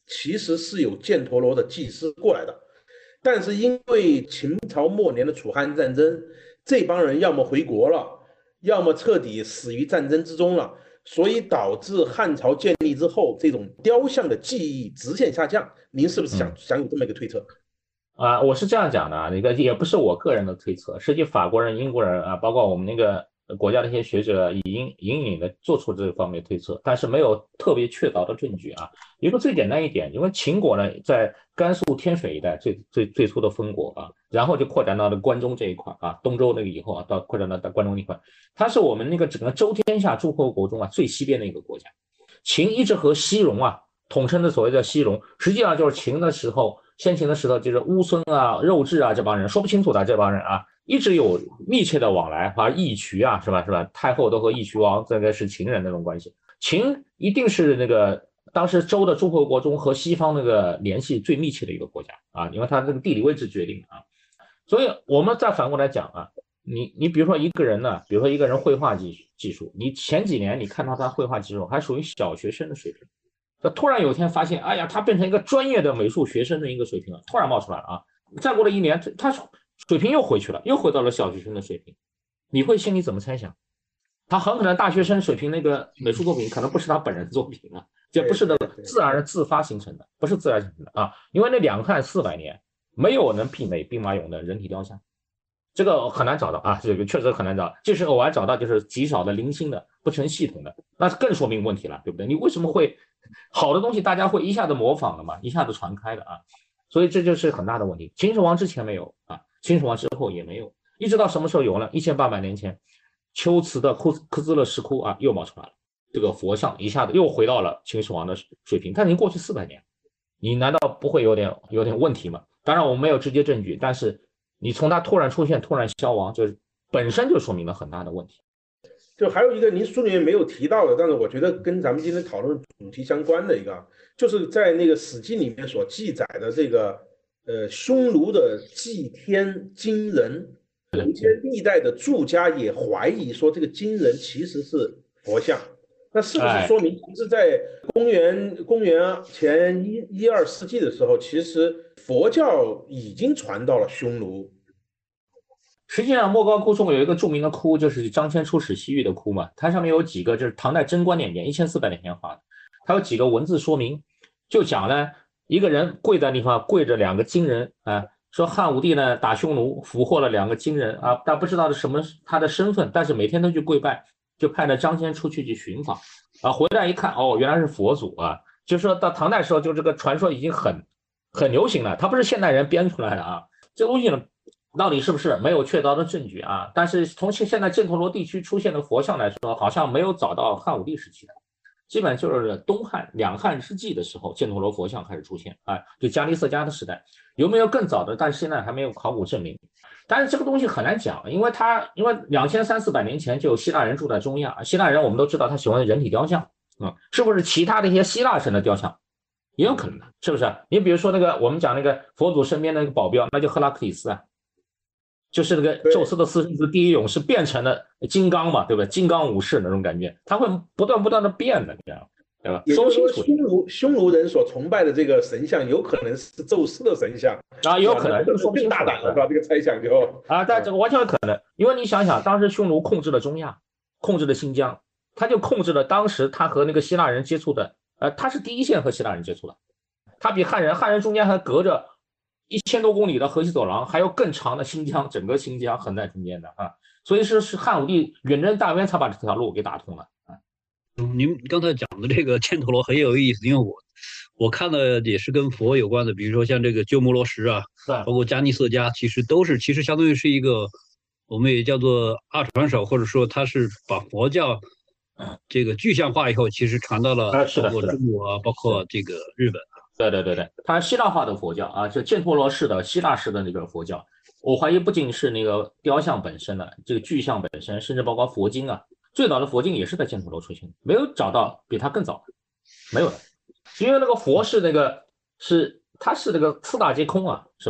其实是有犍陀罗的祭司过来的，但是因为秦朝末年的楚汉战争，这帮人要么回国了，要么彻底死于战争之中了，所以导致汉朝建立之后，这种雕像的技艺直线下降。您是不是想、嗯、想有这么一个推测？ 啊，我是这样讲的啊，那个也不是我个人的推测，实际法国人、英国人啊，包括我们那个国家的一些学者已经隐隐的做出这方面推测，但是没有特别确凿的证据啊。一个最简单一点，因为秦国呢在甘肃天水一带最最最初的封国啊，然后就扩展到了关中这一块啊，东周那个以后啊，到扩展到到关中那一块，它是我们那个整个周天下诸侯国中啊最西边的一个国家。秦一直和西戎啊统称的所谓的西戎，实际上就是秦的时候。先秦的时候，就是乌孙啊、肉质啊这帮人说不清楚的这帮人啊，一直有密切的往来，啊，义渠啊，是吧？是吧？太后都和义渠王这个是秦人那种关系。秦一定是那个当时周的诸侯国中和西方那个联系最密切的一个国家啊，因为它这个地理位置决定啊。所以我们再反过来讲啊，你你比如说一个人呢，比如说一个人绘画技技术，你前几年你看到他绘画技术还属于小学生的水平。他突然有一天发现，哎呀，他变成一个专业的美术学生的一个水平了，突然冒出来了啊！再过了一年，他水平又回去了，又回到了小学生的水平。你会心里怎么猜想？他很可能大学生水平那个美术作品可能不是他本人的作品啊，这不是的自然自发形成的，不是自然形成的啊！因为那两汉四百年没有能媲美兵马俑的人体雕像，这个很难找到啊，这个确实很难找，就是偶然找到，就是极少的零星的不成系统的，那更说明问题了，对不对？你为什么会？好的东西大家会一下子模仿的嘛，一下子传开的啊，所以这就是很大的问题。秦始皇之前没有啊，秦始皇之后也没有，一直到什么时候有呢？一千八百年前，龟兹的库克孜勒石窟啊又冒出来了，这个佛像一下子又回到了秦始皇的水平，但已经过去四百年，你难道不会有点有点问题吗？当然我们没有直接证据，但是你从它突然出现、突然消亡，就是本身就说明了很大的问题。 就还有一个您书里面没有提到的，但是我觉得跟咱们今天讨论主题相关的一个，就是在那个《史记》里面所记载的这个呃匈奴的祭天金人，有一些历代的注家也怀疑说这个金人其实是佛像，那是不是说明是在公元公元前一一二世纪的时候，其实佛教已经传到了匈奴？ 实际上，莫高窟中有一个著名的窟，就是张骞出使西域的窟嘛。它上面有几个，就是唐代贞观年间一千四百年前画的，它有几个文字说明，就讲呢，一个人跪在地方，跪着两个金人啊，说汉武帝呢打匈奴，俘获了两个金人啊，但不知道是什么他的身份，但是每天都去跪拜，就派了张骞出去去寻访啊，回来一看，哦，原来是佛祖啊，就是说到唐代时候，就这个传说已经很很流行了，它不是现代人编出来的啊，这东西呢。到底是不是没有确凿的证据啊？但是从现在犍陀罗地区出现的佛像来说，好像没有找到汉武帝时期的，基本就是东汉两汉之际的时候，犍陀罗佛像开始出现啊，就迦利色迦的时代，有没有更早的？但是现在还没有考古证明。但是这个东西很难讲，因为它因为两千三四百年前就有希腊人住在中亚，希腊人我们都知道他喜欢人体雕像啊、嗯，是不是其他的一些希腊神的雕像？也有可能的，是不是？你比如说那个我们讲那个佛祖身边的那个保镖，那就赫拉克里斯啊。就是那个宙斯的私生子第一勇士变成了金刚嘛，对不对？金刚武士那种感觉，他会不断不断的变的，这样对吧？ 也就是说，匈奴匈奴人所崇拜的这个神像，有可能是宙斯的神像啊，有可能， 说更大胆了，是吧？这个猜想就啊，但这个完全有可能，因为你想想，当时匈奴控制了中亚，控制了新疆，他就控制了当时他和那个希腊人接触的，呃，他是第一线和希腊人接触的，他比汉人，汉人中间还隔着。一千多公里的河西走廊，还有更长的新疆，整个新疆横在中间的啊，所以是是汉武帝远征大渊才把这条路给打通了啊。 嗯，您刚才讲的这个犍陀罗很有意思，因为我我看的也是跟佛有关的，比如说像这个鸠摩罗什啊，包括迦尼色迦，其实都是其实相当于是一个我们也叫做二传手，或者说他是把佛教这个具象化以后，其实传到了包括中国啊，包括这个日本。 对对对对，它希腊化的佛教啊，就犍陀罗式的希腊式的那个佛教，我怀疑不仅是那个雕像本身的这个具象本身，甚至包括佛经啊，最早的佛经也是在犍陀罗出现的，没有找到比它更早的，没有的，因为那个佛是那个是它是那个四大皆空啊，是吧？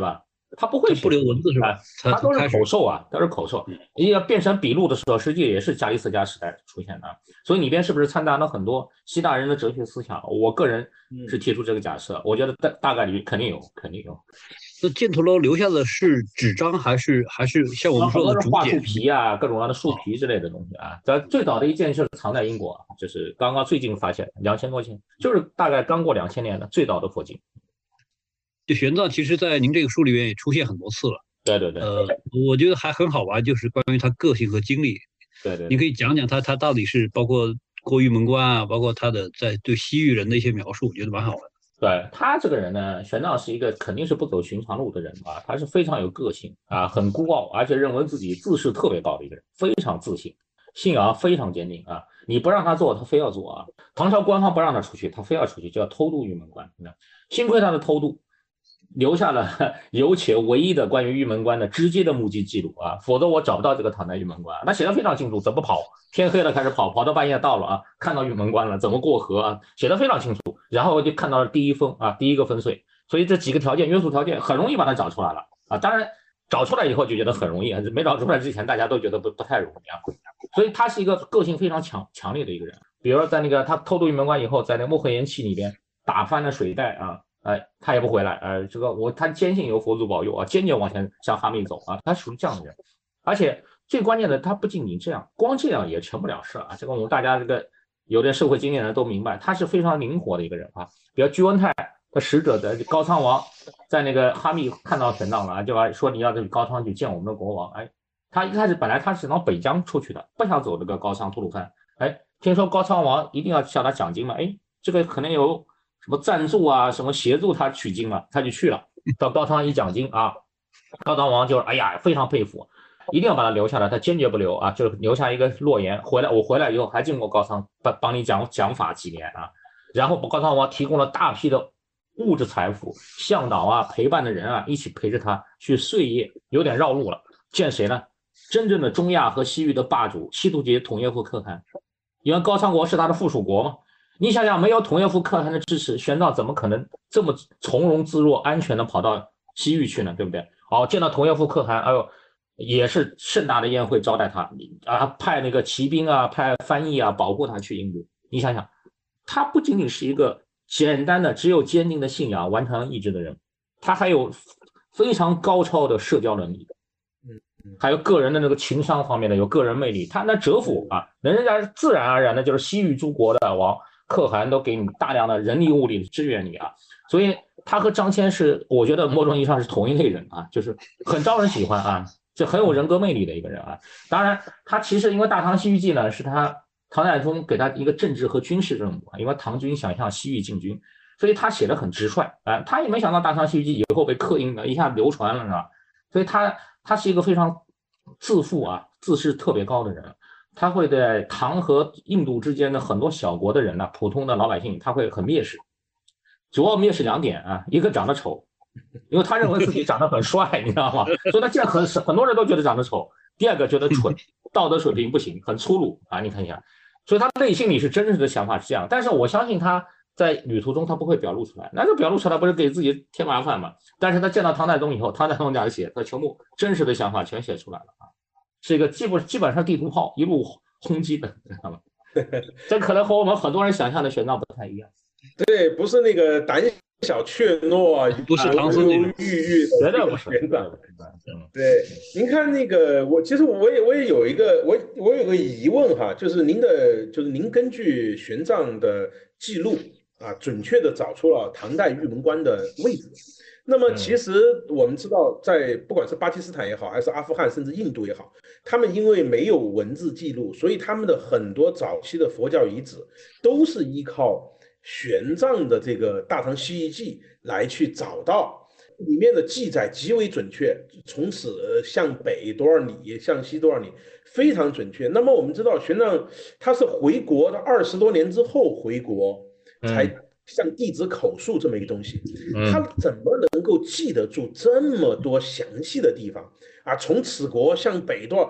他不会不留文字是吧？ 他他都是口授啊，都是口授。你要变成笔录的时候，实际也是加利斯加时代出现的。所以里边是不是掺杂了很多希腊人的哲学思想？我个人是提出这个假设，我觉得大大概率肯定有，肯定有。 那犍陀罗留下的是纸张还是还是像我们说的竹简？ 画树皮啊，各种各样的树皮之类的东西啊。咱最早的一件就是藏在英国，就是刚刚最近发现，两千多件，就是大概刚过两千年的最早的佛经。 这玄奘其实在您这个书里面也出现很多次了。 对对对。 呃，我觉得还很好玩，就是关于他个性和经历。 对 对, 对。 你可以讲讲他他到底是包括过玉门关啊，包括他的在对西域人的一些描述，我觉得蛮好玩的。 对他这个人呢，玄奘是一个肯定是不走寻常路的人啊，他是非常有个性啊，很孤傲，而且认为自己自视特别高的一个人，非常自信，信仰非常坚定啊。你不让他做，他非要做啊。唐朝官方不让他出去，他非要出去，就要偷渡玉门关。幸亏他的偷渡留下了有且唯一的关于玉门关的直接的目击记录啊，否则我找不到这个唐代玉门关。那写得非常清楚，怎么跑，天黑了开始跑，跑到半夜到了啊，看到玉门关了，怎么过河啊，写得非常清楚。然后就看到了第一分啊，第一个分水，所以这几个条件约束条件很容易把它找出来了啊。当然找出来以后就觉得很容易啊，没找出来之前大家都觉得不不太容易啊。所以他是一个个性非常强强烈的一个人。比如说在那个他偷渡玉门关以后，在那漠河岩气里边打翻了水带啊。哎，他也不回来，呃，这个我他坚信有佛祖保佑啊，坚决往前向哈密走啊，他属于这样的人。而且最关键的，他不仅仅这样，光这样也成不了事啊。这个我们大家这个有点社会经验的人都明白，他是非常灵活的一个人啊。比如居温泰的使者的高仓王在那个哈密看到玄奘了，就说你要去高仓去见我们的国王。哎，他一开始本来他是往北疆出去的，不想走这个高仓吐鲁番。哎，听说高仓王一定要向他奖金嘛，哎，这个可能有什么赞助啊，什么协助他取经了，他就去了。到高仓一奖金啊，高仓王就是哎呀非常佩服，一定要把他留下来，他坚决不留啊，就是留下一个诺言。回来我回来以后还经过高仓帮帮你讲讲法几年啊，然后高仓王提供了大批的物质财富，向导啊，陪伴的人啊，一起陪着他去岁月，有点绕路了。见谁呢？真正的中亚和西域的霸主西突厥统叶夫可汗，因为高昌国是他的附属国嘛。你想想，没有统叶夫可汗的支持，玄奘怎么可能这么从容自若、安全的跑到西域去呢？对不对？好，见到统叶夫可汗，哎呦，也是盛大的宴会招待他啊，派那个骑兵啊，派翻译啊，保护他去印度。你想想，他不仅仅是一个简单的只有坚定的信仰、顽强意志的人，他还有非常高超的社交能力，还有个人的那个情商方面的有个人魅力。他那哲府啊，人家自然而然的就是西域诸国的王可汗都给你大量的人力物力支援你啊，所以他和张骞是我觉得某种意义上是同一类人啊，就是很招人喜欢啊，这很有人格魅力的一个人啊。当然，他其实因为《大唐西域记》呢，是他唐太宗给他一个政治和军事任务啊，因为唐军想向西域进军，所以他写的很直率啊。他也没想到《大唐西域记》以后被刻印了，一下流传了，是吧？所以他他是一个非常自负啊、自视特别高的人。他会在唐和印度之间的很多小国的人呢、啊，普通的老百姓，他会很蔑视，主要蔑视两点啊，一个长得丑，因为他认为自己长得很帅，你知道吗？所以他见很很多人都觉得长得丑。第二个觉得蠢，道德水平不行，很粗鲁啊，你看一下，所以他内心里是真实的想法是这样，但是我相信他在旅途中他不会表露出来，那就表露出来不是给自己添麻烦嘛？但是他见到唐太宗以后，唐太宗这样写，他全部真实的想法全写出来了啊。是一个基本基本上地图炮一路轰击的，知道吗？这可能和我们很多人想象的玄奘不太一样。 对，不是那个胆小怯懦、 不是唐僧那种郁郁的， 绝对不是玄奘。对，您看那个，我其实我也我也有一个我我有个疑问哈，就是您的就是您根据玄奘的记录啊，准确的找出了唐代玉门关的位置。那么其实我们知道，在不管是巴基斯坦也好，还是阿富汗，甚至印度也好，他们因为没有文字记录，所以他们的很多早期的佛教遗址都是依靠玄奘的这个《大唐西域记》来去找到，里面的记载极为准确，从此向北多少里，向西多少里，非常准确。那么我们知道，玄奘他是回国的二十多年之后回国才、嗯。像弟子口述这么一个东西，他怎么能够记得住这么多详细的地方啊？从此国向北多，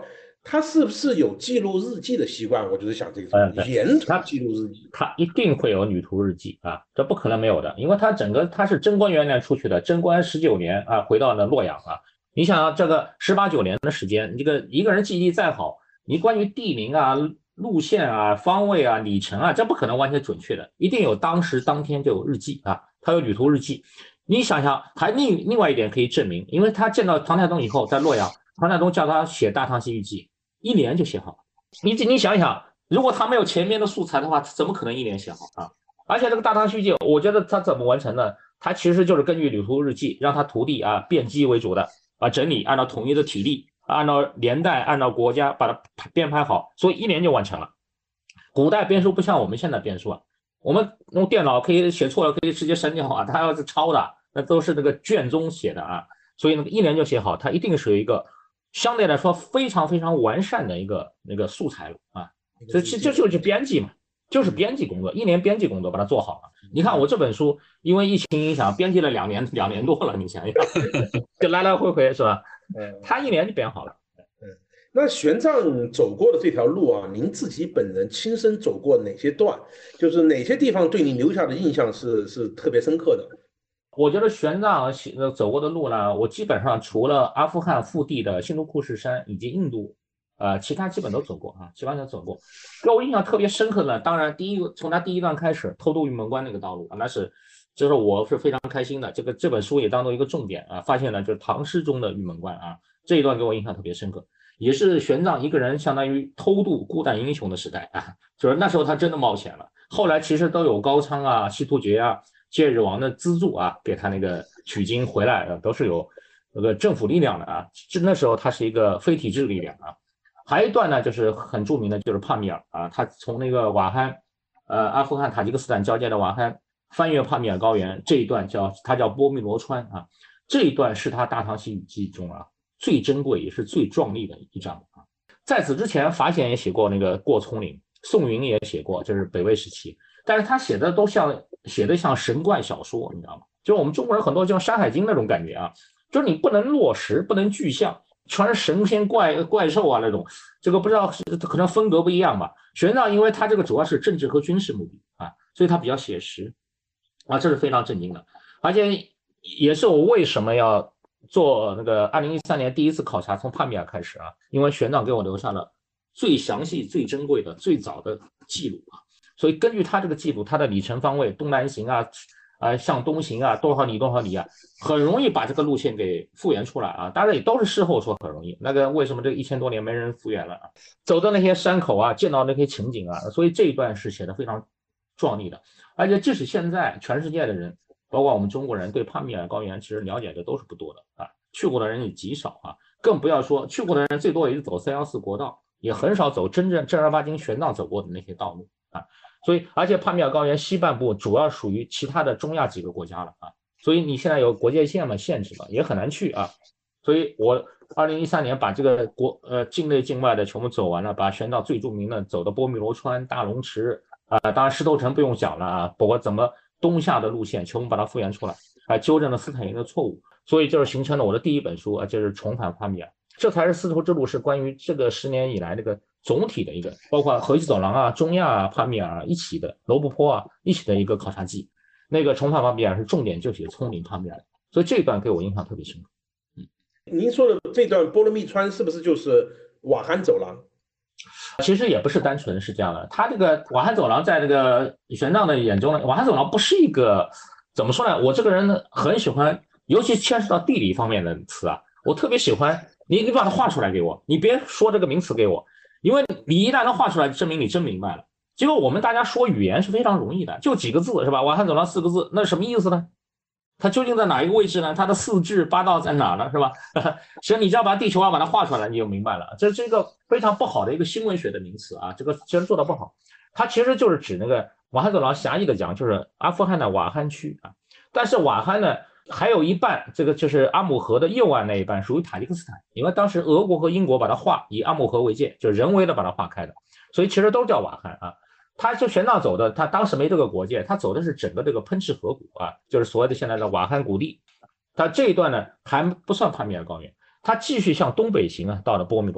他是不是有记录日记的习惯？我就是想这个嗯， 沿途他记录日记， 他一定会有旅途日记啊，这不可能没有的，因为他整个他是贞观元年出去的，贞观十九年啊，回到了洛阳啊。你想啊，这个十八九年的时间，这个一个人记忆力再好，你关于地名啊、路线啊、方位啊、里程啊，这不可能完全准确的，一定有当时当天就有日记啊，他有旅途日记。你想想，还另另外一点可以证明，因为他见到唐太宗以后，在洛阳，唐太宗叫他写《大唐西域记》，一年就写好了。你你想一想，如果他没有前面的素材的话，怎么可能一年写好啊？而且这个《大唐西域记》，我觉得他怎么完成呢？他其实就是根据旅途日记，让他徒弟啊编辑为主的啊整理，按照统一的体例，按照年代，按照国家把它编排好，所以一年就完成了。古代编书不像我们现在编书啊，我们用电脑可以写错了可以直接删掉啊，他要是抄的，那都是那个卷宗写的啊，所以那个一年就写好，他一定是有一个相对来说非常非常完善的一个那个素材了啊，这这这就是编辑嘛，就是编辑工作，一年编辑工作把它做好了。你看我这本书，因为疫情影响，编辑了两年两年多了，你想想，就来来回回是吧？他一年就编好了。 那玄奘走过的这条路啊，您自己本人亲身走过哪些段？就是哪些地方对你留下的印象是是特别深刻的？ 我觉得玄奘走过的路呢，我基本上除了阿富汗腹地的新都库什山以及印度，呃，其他基本都走过啊，基本上都走过。给我印象特别深刻的，当然第一个从他第一段开始偷渡玉门关那个道路啊，那是，这是我是非常开心的。这个这本书也当做一个重点啊，发现了就是唐诗中的玉门关啊，这一段给我印象特别深刻。也是玄奘一个人相当于偷渡孤胆英雄的时代啊，就是那时候他真的冒险了。后来其实都有高昌啊、西突厥啊、戒日王的资助啊，给他那个取经回来的，都是有那个政府力量的啊。那时候他是一个非体制力量啊。还有一段呢，就是很著名的，就是帕米尔啊，他从那个瓦罕，呃，阿富汗塔吉克斯坦交界的瓦罕翻越帕米尔高原，这一段叫他叫波密罗川啊，这一段是他《大唐西域记》中啊。最珍贵也是最壮丽的一章啊！在此之前，法显也写过那个过葱岭，宋云也写过，这是北魏时期。但是他写的都像写的像神怪小说，你知道吗？就是我们中国人很多就像《山海经》那种感觉啊，就是你不能落实，不能具象，全是神仙怪怪兽啊那种。这个不知道是可能风格不一样吧？玄奘因为他这个主要是政治和军事目的啊，所以他比较写实啊，这是非常震惊的，而且也是我为什么要。做那个二零一三年第一次考察，从帕米尔开始啊，因为玄奘给我留下了最详细、最珍贵的、最早的记录啊，所以根据他这个记录，他的里程方位、东南行啊，啊、呃、向东行啊，多少里多少里啊，很容易把这个路线给复原出来啊。当然也都是事后说很容易，那个为什么这一千多年没人复原了啊？走的那些山口啊，见到那些情景啊，所以这一段是写的非常壮丽的，而且即使现在全世界的人。包括我们中国人对帕米尔高原其实了解的都是不多的啊，去过的人也极少啊，更不要说去过的人最多也是走三一四国道，也很少走真正正儿八经玄奘走过的那些道路啊。所以，而且帕米尔高原西半部主要属于其他的中亚几个国家了啊，所以你现在有国界线嘛限制嘛，也很难去啊。所以我二零一三年把这个国呃境内境外的全部走完了，把玄奘最著名的走的波密罗川、大龙池啊、呃，当然石头城不用讲了啊，包括怎么。东下的路线全部把它复原出来，还纠正了斯坦因的错误，所以就是形成了我的第一本书啊，就是重返帕米尔，这才是丝绸之路是关于这个十年以来这个总体的一个，包括河西走廊啊、中亚啊、帕米尔啊一起的罗布泊啊一起的一个考察记。那个重返帕米尔是重点就写葱岭帕米尔，所以这一段给我印象特别深刻。 嗯，您说的这段波罗蜜川是不是就是瓦罕走廊？ 其实也不是单纯是这样的，他这个瓦罕走廊在这个玄奘的眼中呢，瓦罕走廊不是一个怎么说呢？我这个人呢很喜欢，尤其牵涉到地理方面的词啊，我特别喜欢你，你把它画出来给我，你别说这个名词给我，因为你一旦能画出来，证明你真明白了。结果我们大家说语言是非常容易的，就几个字是吧？瓦罕走廊四个字，那什么意思呢？它究竟在哪一个位置呢？它的四至八道在哪呢？是吧？其实你只要把地球啊把它画出来，你就明白了。这是一个非常不好的一个新闻学的名词啊，这个其实做的不好。它其实就是指那个瓦罕走廊，狭义的讲就是阿富汗的瓦罕区啊。但是瓦罕呢，还有一半，这个就是阿姆河的右岸那一半属于塔吉克斯坦，因为当时俄国和英国把它划以阿姆河为界，就人为的把它划开的，所以其实都叫瓦罕啊。他就玄奘走的，他当时没这个国界，他走的是整个这个喷赤河谷啊，就是所谓的现在的瓦罕谷地。他这一段呢还不算帕米尔高原，他继续向东北行啊，到了波密罗川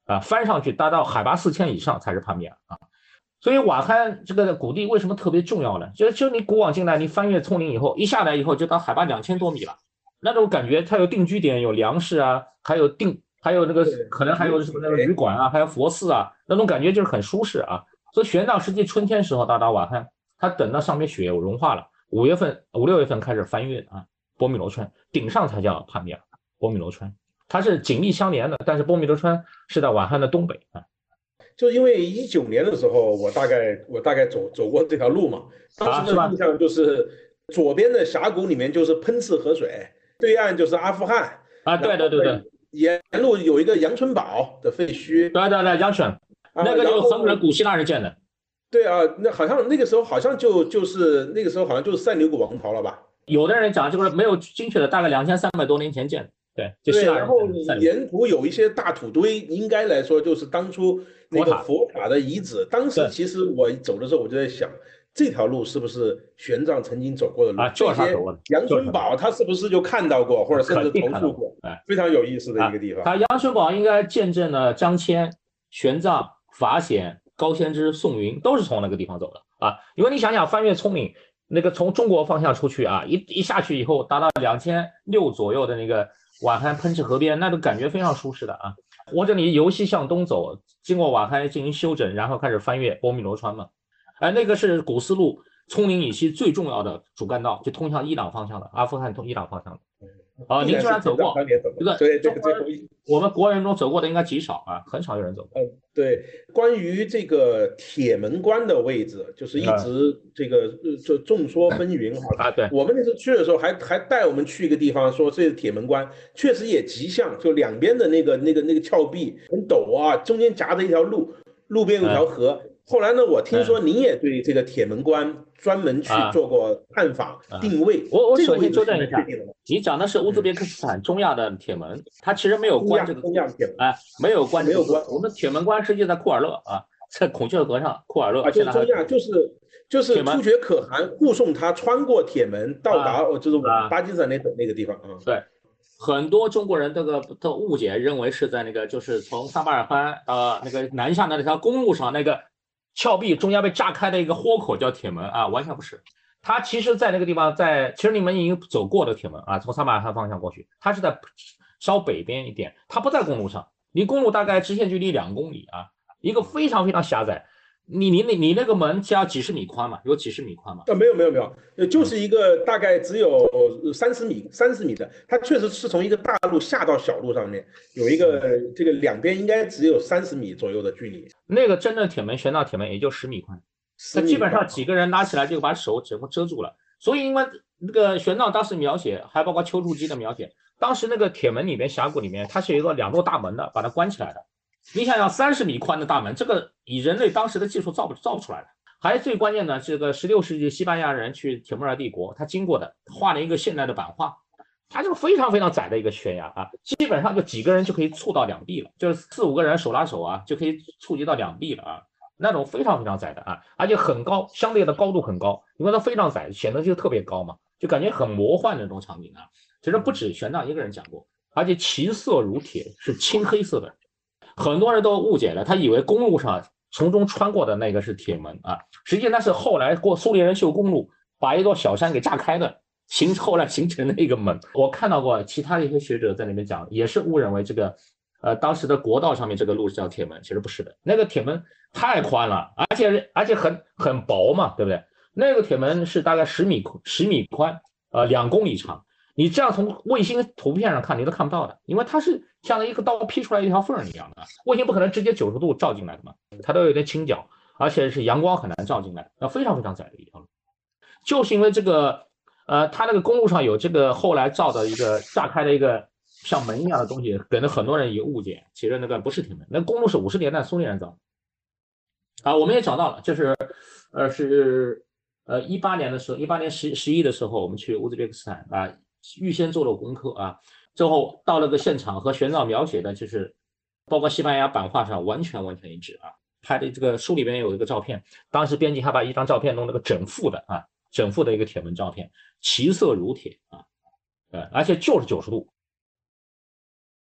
啊，翻上去达到海拔四千以上才是攀边啊。所以瓦罕这个谷地为什么特别重要呢？就就你古往今来，你翻越丛林以后，一下来以后就到海拔两千多米了，那种感觉它有定居点，有粮食啊，还有定还有那个可能还有什么那个旅馆啊，还有佛寺啊，那种感觉就是很舒适啊。所以玄奘实际春天时候到达瓦罕，他等到上面雪融化了，五月份五六月份开始翻越啊，波米罗川顶上才叫攀边，波米罗川它是紧密相连的，但是波米罗川是在瓦罕的东北啊。 就因为一九年的时候，我大概我大概走走过这条路嘛，当时的印象就是左边的峡谷里面就是喷刺河水，对岸就是阿富汗啊，对对对对， 沿路有一个阳春堡的废墟， 对对对，阳春，那个就是很可能古希腊人建的。 对啊，那好像那个时候好像就就是那个时候好像就是塞琉古王朝了吧？ 有的人讲这个没有精确的，大概两千三百多年前建的。对，就希腊人。 然后沿途有一些大土堆，应该来说就是当初那个佛塔的遗址。当时其实我走的时候，我就在想，这条路是不是玄奘曾经走过的路？ 啊，就是他走过的。 阳春堡他是不是就看到过，或者甚至投诉过？哎，非常有意思的一个地方。 他阳春堡应该见证了张骞、玄奘、法显、高仙芝、宋云都是从那个地方走的啊。因为你想想，翻越丛林，那个从中国方向出去啊，一一下去以后达到两千六左右的那个瓦罕喷赤河边，那都感觉非常舒适的啊。或者你由西向东走，经过瓦罕进行修整，然后开始翻越波米罗川嘛。哎，那个是古丝路丛林以西最重要的主干道，就通向伊朗方向的，阿富汗通伊朗方向的。啊，您居然走过这个？ 对，这个我们国人中走过的应该极少啊，很少有人走过。 嗯，对。关于这个铁门关的位置，就是一直这个就众说纷纭哈。 啊，对。 我们那次去的时候还还带我们去一个地方，说这是铁门关，确实也极像，就两边的那个那个那个峭壁很陡啊，中间夹着一条路，路边有条河。嗯，后来呢，我听说您也对这个铁门关专门去做过探访、啊、定位。 我我首先纠正一下，你讲的是乌兹别克斯坦中亚的铁门，嗯、它其实没有关这个中亚铁门， 哎、啊，没有关、这个， 没有关。 我们铁门关实际在库尔勒啊，在孔雀河上，库尔勒。 啊，就是中亚，就是就是突厥可汗护送他穿过铁门到达，啊、就是巴基斯坦那那个地方啊。 对。很多中国人这个的误解，认为是在那个就是从撒马尔罕呃那个南下的那条公路上那个峭壁中间被炸开的一个豁口叫铁门啊，完全不是。它其实，在那个地方，在其实你们已经走过的铁门啊，从撒马尔罕方向过去，它是在稍北边一点，它不在公路上，离公路大概直线距离两公里啊，一个非常非常狭窄。你你那你那个门只要几十米宽嘛，有几十米宽嘛？ 啊，没有没有没有，就是一个大概只有三十米三十米的，它确实是从一个大路下到小路上面，有一个这个两边应该只有三十米左右的距离。 那个真正铁门，玄奘铁门也就十米宽，它基本上几个人拉起来就把手整个遮住了。所以因为那个玄奘当时描写，还包括丘处机的描写，当时那个铁门里面峡谷里面，它是有一个两座大门的，把它关起来的。你想想，三十米宽的大门，这个以人类当时的技术造不造不出来的。还最关键的，这个十六世纪西班牙人去铁木尔帝国，他经过的画了一个现代的版画，它就是非常非常窄的一个悬崖啊，基本上就几个人就可以触到两臂了，就是四五个人手拉手啊，就可以触及到两臂了啊，那种非常非常窄的啊，而且很高，相对的高度很高，因为它非常窄，显得就特别高嘛，就感觉很魔幻的那种场景啊。其实不止玄奘一个人讲过，而且其色如铁，是青黑色的。很多人都误解了，他以为公路上从中穿过的那个是铁门啊，实际那是后来过苏联人修公路，把一座小山给炸开的，形后来形成的一个门。我看到过其他的一些学者在那边讲，也是误认为这个，呃，当时的国道上面这个路是叫铁门，其实不是的，那个铁门太宽了，而且而且很很薄嘛，对不对？那个铁门是大概十米十米宽，呃，两公里长。你这样从卫星图片上看，你都看不到的，因为它是像一个刀劈出来一条缝一样的，卫星不可能直接九十度照进来的嘛，它都有点倾角，而且是阳光很难照进来，那非常非常窄的一条路，就是因为这个，呃，它那个公路上有这个后来造的一个炸开的一个像门一样的东西，给了很多人有误解，其实那个不是铁门，那公路是五十年代苏联人造的，啊，我们也找到了，就是，呃，是呃一八年的时候，一八年十十一的时候，我们去乌兹别克斯坦啊。预先做了功课啊，最后到了个现场和玄奘描写的就是包括西班牙版画上完全完全一致啊。拍的这个书里边有一个照片，当时编辑还把一张照片弄了个整幅的啊，整幅的一个铁门照片，其色如铁啊，呃，而且就是九十度。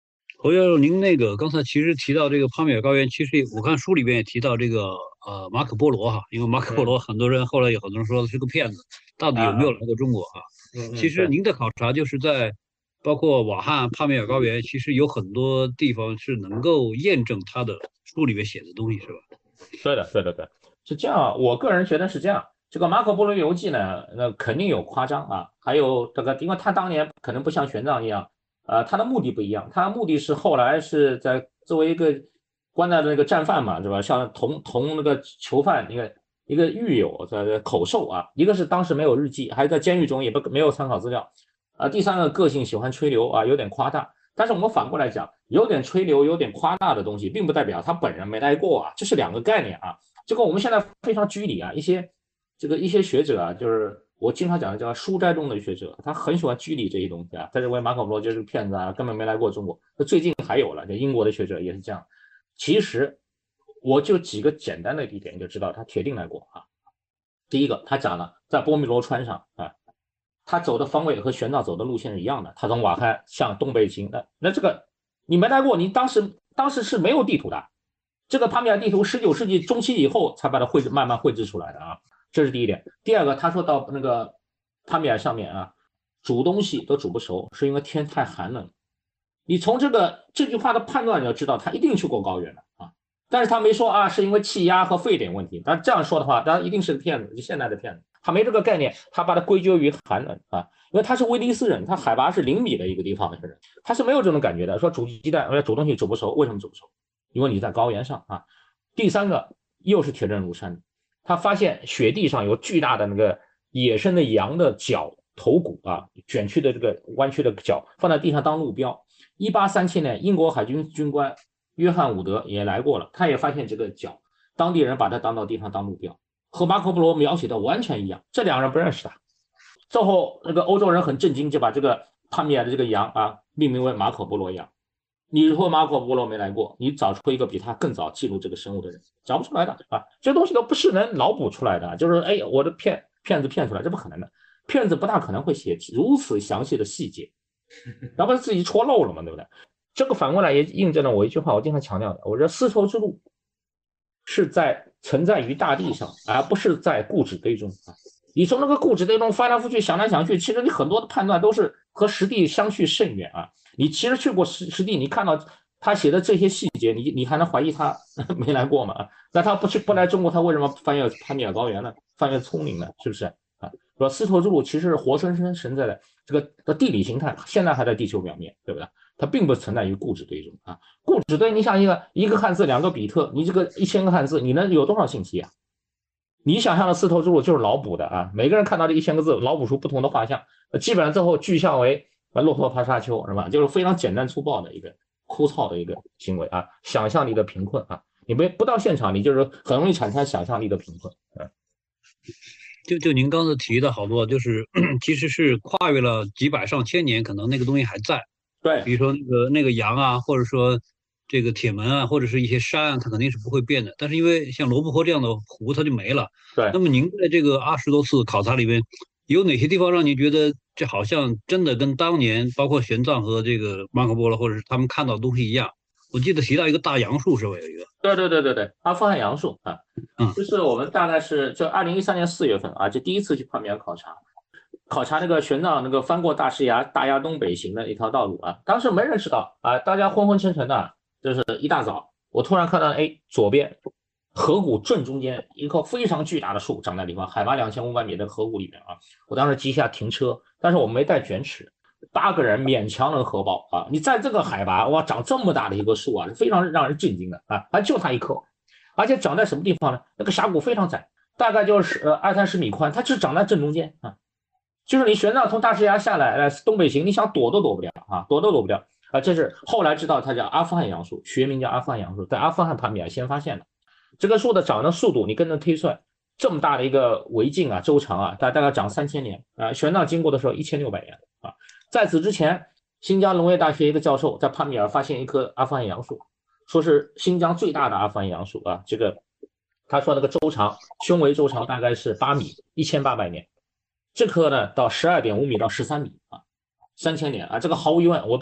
侯教授，您那个刚才其实提到这个帕米尔高原，其实我看书里边也提到这个呃马可波罗哈，因为马可波罗很多人后来有很多人说他是个骗子，到底有没有来过中国啊？ 嗯嗯，对。 其实您的考察就是在包括瓦罕、帕米尔高原，其实有很多地方是能够验证他的书里面写的东西，是吧？ 对的，对的，对，是这样。我个人觉得是这样。这个马可波罗游记呢，那肯定有夸张啊，还有这个，因为他当年可能不像玄奘一样，呃，他的目的不一样，他的目的是后来是在作为一个关在那个战犯嘛，是吧？像同同那个囚犯一个一个狱友在口授啊，一个是当时没有日记，还在监狱中也不没有参考资料，啊、呃，第三个个性喜欢吹牛啊，有点夸大。但是我们反过来讲，有点吹牛、有点夸大的东西，并不代表他本人没来过啊，这是两个概念啊。这个我们现在非常拘泥啊，一些这个一些学者啊，就是我经常讲的叫书斋中的学者，他很喜欢拘泥这些东西啊，他认为马可波罗就是骗子啊，根本没来过中国。那最近还有了，这英国的学者也是这样。其实我就几个简单的一点就知道他铁定来过啊。第一个，他讲了在波米罗川上啊。他走的方位和玄奘走的路线是一样的，他从瓦罕向东北行的。那这个你没来过，你当时当时是没有地图的，这个帕米尔地图十九世纪中期以后才把它绘制慢慢绘制出来的啊，这是第一点。第二个，他说到那个帕米尔上面啊，煮东西都煮不熟，是因为天太寒冷。你从这个这句话的判断，你要知道他一定去过高原的啊，但是他没说啊，是因为气压和沸点问题。但这样说的话，当然一定是个骗子，就现在的骗子。他没这个概念，他把它归咎于寒冷啊，因为他是威尼斯人，他海拔是零米的一个地方的人，他是没有这种感觉的。说煮鸡蛋，煮东西煮不熟，为什么煮不熟？因为你在高原上啊。第三个又是铁证如山，他发现雪地上有巨大的那个野生的羊的角头骨啊，卷曲的这个弯曲的角放在地上当路标。一八三七年，英国海军军官约翰伍德也来过了，他也发现这个角，当地人把它当到地上当路标。和马可波罗描写的完全一样，这两个人不认识他。最后那个欧洲人很震惊，就把这个帕米尔的这个羊啊命名为马可波罗羊。你如果马可波罗没来过，你找出一个比他更早记录这个生物的人，找不出来的啊！这东西都不是能脑补出来的，就是哎，我的骗骗子骗出来，这不可能的。骗子不大可能会写如此详细的细节，那不是自己戳漏了吗？对不对？这个反过来也印证了我一句话，我经常强调的，我说丝绸之路是在存在于大地上，而不是在固执堆中啊。你从那个固执堆中翻来覆去想来想去，其实你很多的判断都是和实地相去甚远啊。你其实去过实实地，你看到他写的这些细节，你你还能怀疑他没来过吗？那他不去不来中国，他为什么翻越潘米尔高原呢？翻越葱岭呢？是不是啊？说丝绸之路其实是活生生存在的这个的地理形态，现在还在地球表面，对不对？它并不存在于固执堆中啊。固执堆，你想一个一个汉字两个比特，你这个一千个汉字，你能有多少信息啊？你想象的丝绸之路就是脑补的啊，每个人看到这一千个字，脑补出不同的画像，基本上最后具象为骆驼爬沙丘，是吧？就是非常简单粗暴的一个枯燥的一个行为啊，想象力的贫困啊，你不不到现场，你就是很容易产生想象力的贫困。啊、 就就您刚才提的好多，就是其实是跨越了几百上千年，可能那个东西还在。 对， 比如说那个那个羊啊，或者说这个铁门啊，或者是一些山啊，它肯定是不会变的。但是因为像罗布泊这样的湖，它就没了。 对。 那么您在这个二十多次考察里面，有哪些地方让您觉得这好像真的跟当年包括玄奘和这个马可波罗，或者是他们看到的东西一样？我记得提到一个大杨树，是吧？有一个。 对对对对对，阿富汗杨树啊， 嗯， 就是我们大概是就二零一三年四月份啊，就第一次去帕米尔考察，考察那个玄奘那个翻过大石崖大崖东北行的一条道路啊，当时没人知道啊，大家昏昏沉沉的，就是一大早，我突然看到，哎，左边河谷正中间一棵非常巨大的树长在地方，海拔两千五百米的河谷里面啊，我当时急下停车，但是我没带卷尺。八个人勉强能合抱啊！你在这个海拔，哇，长这么大的一棵树啊，非常让人震惊的啊！还就它一棵，而且长在什么地方呢？那个峡谷非常窄，大概就是呃二三十米宽，它只长在正中间啊。就是你玄奘从大石崖下来，来东北行，你想躲都躲不了啊，躲都躲不掉啊！这是后来知道它叫阿富汗杨树，学名叫阿富汗杨树，在阿富汗帕米尔先发现的。这个树的长的速度，你跟着推算，这么大的一个围径啊，周长啊，大大概长三千年啊。玄奘经过的时候一千六百年啊。在此之前，新疆农业大学一个教授在帕米尔发现一棵阿富汗杨树，说是新疆最大的阿富汗杨树啊。这个他说那个周长，胸围周长大概是八米，一千八百年。这棵呢到十二点五米到十三米啊，三千年啊。这个毫无疑问，我把它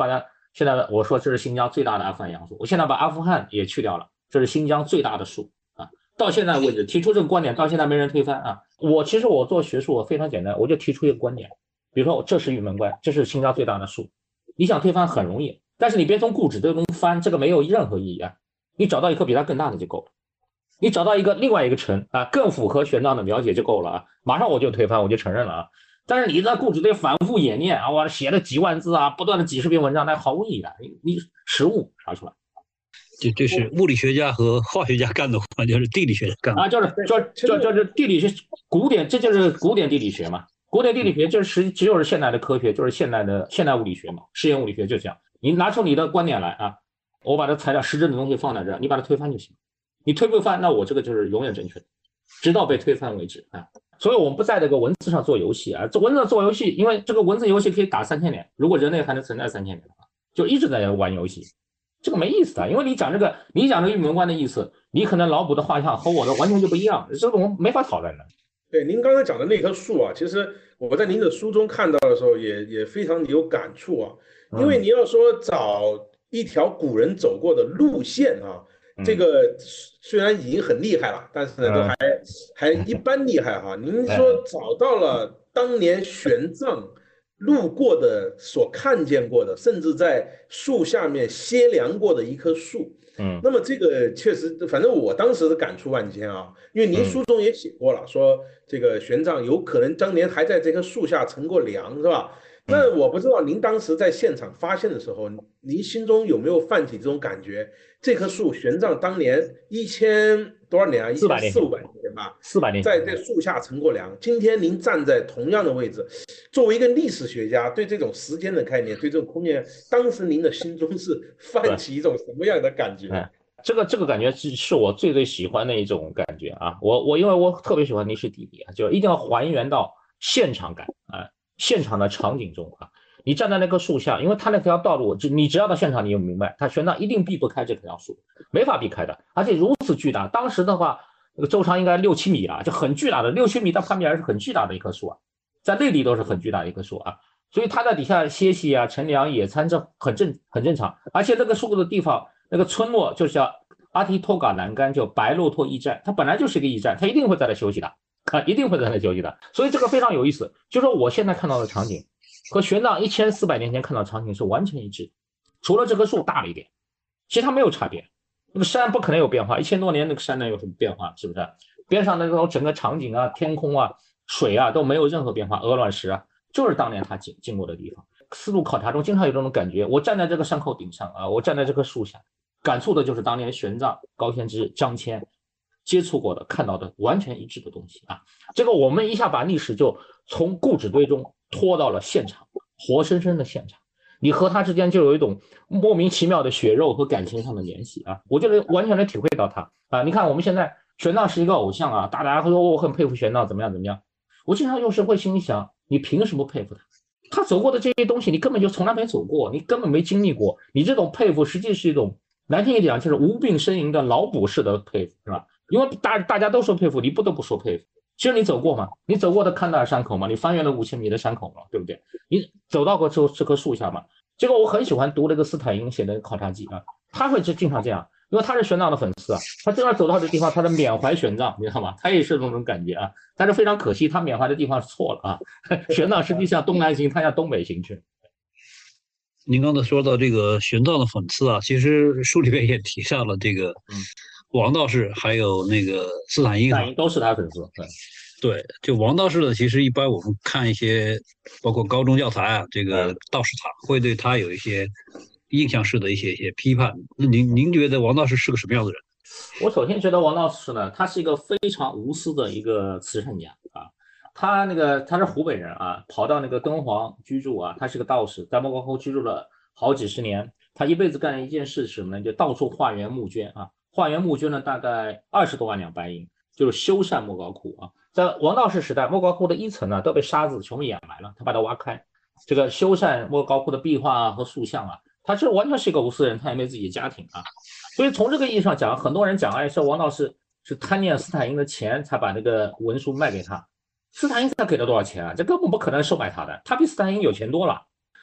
现在我说这是新疆最大的阿富汗杨树，我现在把阿富汗也去掉了，这是新疆最大的树啊。到现在为止提出这个观点，到现在没人推翻啊。我其实我做学术我非常简单，我就提出一个观点，比如说这是玉门关，这是新疆最大的树，你想推翻很容易，但是你别从故纸堆中翻，这个没有任何意义啊。你找到一棵比它更大的就够了，你找到一个另外一个城啊，更符合玄奘的描写就够了啊，马上我就推翻，我就承认了啊。但是你在故纸堆反复演练啊，我写了几万字啊，不断的几十篇文章，那毫无意义的。你你实物查出来， 这这是物理学家和化学家干的活，就是地理学家干的啊，就是就就就是地理学古典，这就是古典地理学嘛。古典地理学就是只有是现代的科学，就是现代的现代物理学嘛，实验物理学就这样。你拿出你的观点来啊，我把它材料实质的东西放在这儿，你把它推翻就行。你推不翻，那我这个就是永远正确的，直到被推翻为止啊。所以我们不在这个文字上做游戏啊，这文字上做游戏，因为这个文字游戏可以打三千年，如果人类还能存在三千年的话，就一直在玩游戏，这个没意思的。因为你讲这个，你讲这个玉门关的意思，你可能脑补的画像和我的完全就不一样，这种没法讨论的。 对，您刚才讲的那棵树啊，其实我在您的书中看到的时候也，也也非常有感触啊。因为你要说找一条古人走过的路线啊，嗯、这个虽然已经很厉害了，但是呢，都还、嗯、还一般厉害哈。您说找到了当年玄奘路过的、所看见过的，甚至在树下面歇凉过的一棵树。嗯，那么这个确实，反正我当时的感触万千啊，因为您书中也写过了，说这个玄奘有可能当年还在这棵树下乘过凉，是吧？那我不知道您当时在现场发现的时候，您心中有没有泛起这种感觉？这棵树，玄奘当年一千多少年啊？ 四百年， 四五百年吧， 四百年， 在这树下乘过凉。今天您站在同样的位置，作为一个历史学家，对这种时间的概念，对这种空间，当时您的心中是泛起一种什么样的感觉？ 嗯、这个这个感觉是是我最最喜欢的一种感觉啊！我我因为我特别喜欢历史地理啊，就一定要还原到现场感啊。现场的场景中啊，你站在那棵树下，因为它那条道路，你只要到现场，你就明白，它玄奘一定避不开这条树，没法避开的，而且如此巨大。当时的话，那个周长应该六七米啊，就很巨大的，六七米到旁边是很巨大的一棵树啊，在内地都是很巨大的一棵树啊，所以它在底下歇息啊、乘凉、野餐，这很正很正常。而且那个树的地方，那个村落就叫阿提托嘎南干，叫白骆驼驿站，它本来就是一个驿站，它一定会在那休息的。啊，一定会在那休息的，所以这个非常有意思。就是说，我现在看到的场景和玄奘一千四百年前看到的场景是完全一致，除了这棵树大了一点，其他没有差别。那个山不可能有变化，一千多年那个山能有什么变化？是不是？边上的那种整个场景啊、天空啊、水啊都没有任何变化，鹅卵石啊，就是当年他经经过的地方。丝路考察中经常有这种感觉，我站在这个山口顶上啊，我站在这棵树下，感触的就是当年玄奘、高仙芝、张骞接触过的、看到的完全一致的东西啊！这个我们一下把历史就从故纸堆中拖到了现场，活生生的现场，你和他之间就有一种莫名其妙的血肉和感情上的联系啊！我就能完全能体会到他啊！你看我们现在玄奘是一个偶像啊，大家会说我很佩服玄奘，怎么样怎么样？我经常有时会心里想，你凭什么佩服他？他走过的这些东西，你根本就从来没走过，你根本没经历过，你这种佩服实际是一种难听一点就是无病呻吟的脑补式的佩服，是吧？因为大大家都说佩服，你不得不说佩服。其实你走过吗？你走过的康达尔山口吗？你翻越了五千米的山口吗？对不对？你走到过这这棵树下吗？这个我很喜欢读那个斯坦因写的考察记啊，他会经常这样，因为他是玄奘的粉丝啊，他正好走到这地方，他的缅怀玄奘，你知道吗？他也是这种感觉啊，但是非常可惜，他缅怀的地方是错了啊。玄奘实际上东南行，他向东北行去。 您刚才说到这个玄奘的粉丝啊，其实书里面也提到了这个，嗯。王道士还有那个斯坦因都是他粉丝。 对，对，就王道士的，其实一般我们看一些，包括高中教材啊，这个道士塔会对他有一些印象式的一些一些批判。那您您觉得王道士是个什么样的人？ 我首先觉得王道士呢，他是一个非常无私的一个慈善家啊。他那个他是湖北人啊，跑到那个敦煌居住啊，他是个道士，在莫高窟居住了好几十年。他一辈子干了一件事是什么呢？就到处化缘募捐啊。化缘募捐呢，大概二十多万两白银，就是修缮莫高窟啊。在王道士时代，莫高窟的一层呢都被沙子全部掩埋了，他把它挖开，这个修缮莫高窟的壁画啊和塑像啊，他这完全是一个无私人，他也没自己的家庭啊。所以从这个意义上讲，很多人讲，哎，说王道士是贪念斯坦因的钱才把这个文书卖给他，斯坦因才给了多少钱啊？这根本不可能收买他的，他比斯坦因有钱多了。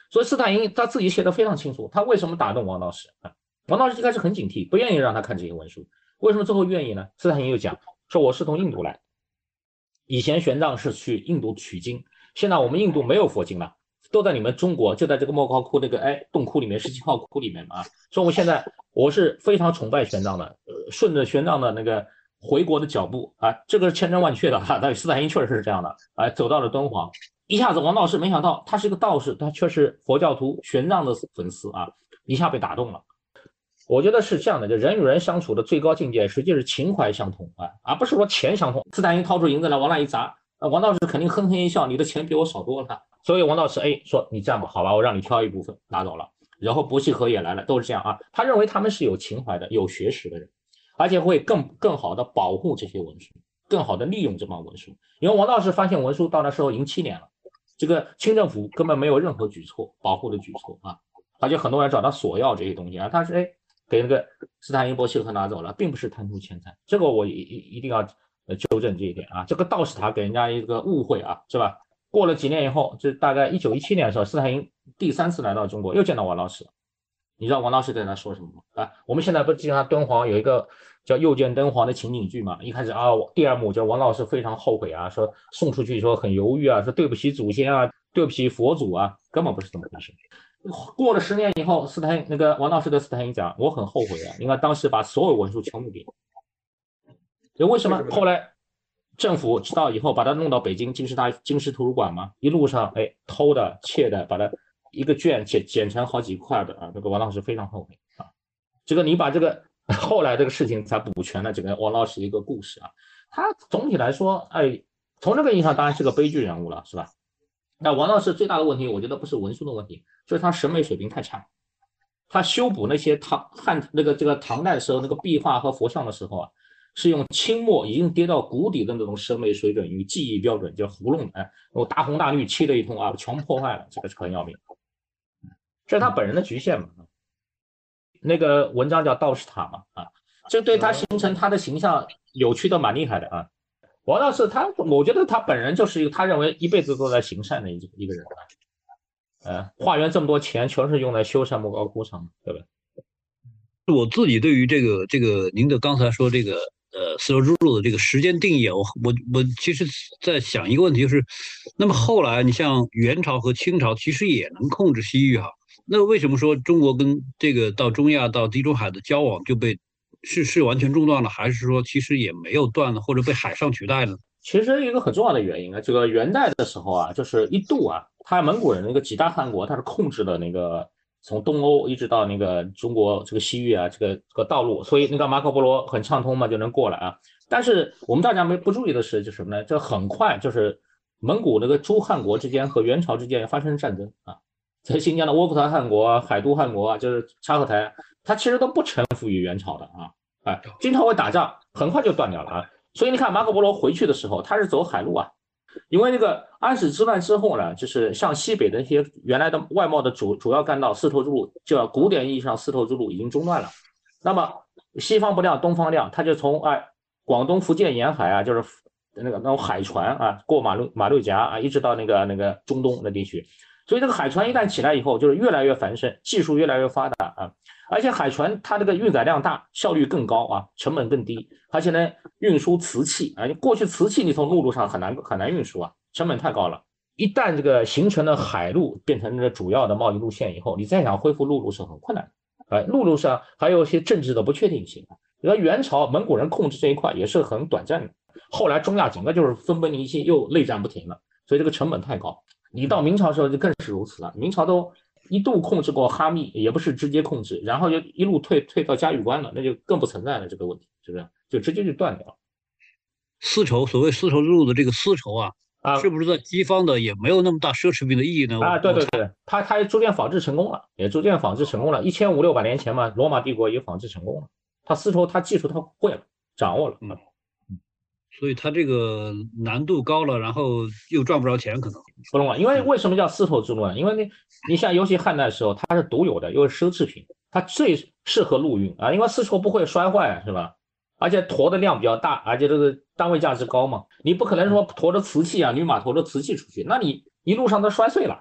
所以斯坦因他自己写的非常清楚，他为什么打动王道士啊？王道士一开始很警惕，不愿意让他看这些文书，为什么最后愿意呢？斯坦因又讲说我是从印度来，以前玄奘是去印度取经，现在我们印度没有佛经了，都在你们中国，就在这个莫高窟那个哎洞窟里面，十七号窟里面啊。所以我现在我是非常崇拜玄奘的，呃，顺着玄奘的那个回国的脚步啊，这个是千真万确的哈。但斯坦因确实是这样的，啊，走到了敦煌，一下子王道士没想到他是一个道士，他却是佛教徒玄奘的粉丝啊，一下被打动了。我觉得是这样的，就人与人相处的最高境界，实际是情怀相通啊，而不是说钱相通。斯坦因掏出银子来往那一砸，呃，王道士肯定哼哼一笑，你的钱比我少多了。所以王道士哎说你这样吧，好吧，我让你挑一部分拿走了。然后伯希和也来了，都是这样啊。他认为他们是有情怀的、有学识的人，而且会更更好的保护这些文书，更好的利用这帮文书。因为王道士发现文书到那时候已经七年了，这个清政府根本没有任何举措保护的举措啊，而且很多人找他索要这些东西啊，他是哎。给那个斯坦因伯希和拿走了，并不是贪图钱财，这个我一一定要纠正这一点啊。这个道士塔给人家一个误会啊，是吧？过了几年以后，这大概一九一七年的时候，斯坦因第三次来到中国，又见到王道士。你知道王道士跟他说什么吗？啊，我们现在不是经常敦煌有一个叫《又见敦煌》的情景剧嘛？一开始啊，第二幕就王道士非常后悔啊，说送出去说很犹豫啊，说对不起祖先啊，对不起佛祖啊，根本不是这么回事。过了十年以后，斯坦那个王道士对斯坦因讲，我很后悔啊，应该当时把所有文书全部给你。为什么后来政府知道以后把他弄到北京京师大京师图书馆嘛？一路上哎偷的窃的，把他一个卷剪剪成好几块的啊！这个王道士非常后悔啊。这个你把这个后来这个事情才补全了这个王道士一个故事啊。他总体来说，哎，从这个意义上当然是个悲剧人物了，是吧？那王道士最大的问题，我觉得不是文书的问题，就是他审美水平太差。他修补那些唐汉那个这个唐代的时候那个壁画和佛像的时候啊，是用清末已经跌到谷底的那种审美水准与技艺标准，就糊弄哎，我大红大绿漆了一通啊，全破坏了，这个是很要命。这是他本人的局限嘛。那个文章叫道士塔嘛啊，这对他形成他的形象扭曲的蛮厉害的啊。王道士他，我觉得他本人就是一个他认为一辈子都在行善的一个一个人啊。呃，化缘这么多钱，全是用在修缮莫高窟上，对吧？ 我自己对于这个这个您的刚才说这个呃丝绸之路的这个时间定义啊，我我我其实在想一个问题，就是那么后来你像元朝和清朝其实也能控制西域哈，那为什么说中国跟这个到中亚到地中海的交往就被是是完全中断了，还是说其实也没有断了，或者被海上取代了？ 其实一个很重要的原因啊，这个元代的时候啊，就是一度啊，他蒙古人那个几大汗国，他是控制了那个从东欧一直到那个中国这个西域啊，这个这个道路，所以那个马可波罗很畅通嘛，就能过来啊。但是我们大家没不注意的是，就是什么呢？这很快就是蒙古那个诸汗国之间和元朝之间发生战争啊，在新疆的窝阔台汗国啊、海都汗国啊，就是察合台，它其实都不臣服于元朝的啊，哎，经常会打仗，很快就断掉了啊。所以你看马可波罗回去的时候，他是走海路啊，因为那个安史之乱之后呢，就是向西北的一些原来的外贸的主主要干道丝绸之路，就古典意义上丝绸之路已经中断了。那么西方不亮东方亮，他就从哎广东福建沿海啊，就是那个那种海船啊，过马六马六甲啊，一直到那个那个中东的地区。所以这个海船一旦起来以后，就是越来越繁盛，技术越来越发达啊，而且海船它这个运载量大，效率更高啊，成本更低，而且呢运输瓷器啊，过去瓷器你从陆路上很难很难运输啊，成本太高了。一旦这个形成了海路变成了主要的贸易路线以后，你再想恢复陆路是很困难的。哎，陆路上还有一些政治的不确定性。你说元朝蒙古人控制这一块也是很短暂的，后来中亚整个就是分崩离析，又内战不停了，所以这个成本太高。你到明朝时候就更是如此了，明朝都一度控制过哈密，也不是直接控制，然后就一路退退到嘉峪关了，那就更不存在了这个问题，是不是？就直接就断掉了。 丝绸，所谓丝绸之路的这个丝绸啊， 啊， 是不是在西方的也没有那么大奢侈品的意义呢？ 啊，对对对，它它逐渐仿制成功了，也逐渐仿制成功了。一千五六百年前嘛，罗马帝国也仿制成功了。它丝绸，它技术它会了，掌握了。 嗯，所以它这个难度高了，然后又赚不着钱，可能不懂了。因为为什么叫丝绸之路呢？因为你你像尤其汉代的时候，它是独有的，又是奢侈品，它最适合陆运啊，因为丝绸不会摔坏，是吧？而且驮的量比较大，而且这个单位价值高嘛，你不可能说驮着瓷器啊，驴马驮着瓷器出去，那你一路上都摔碎了。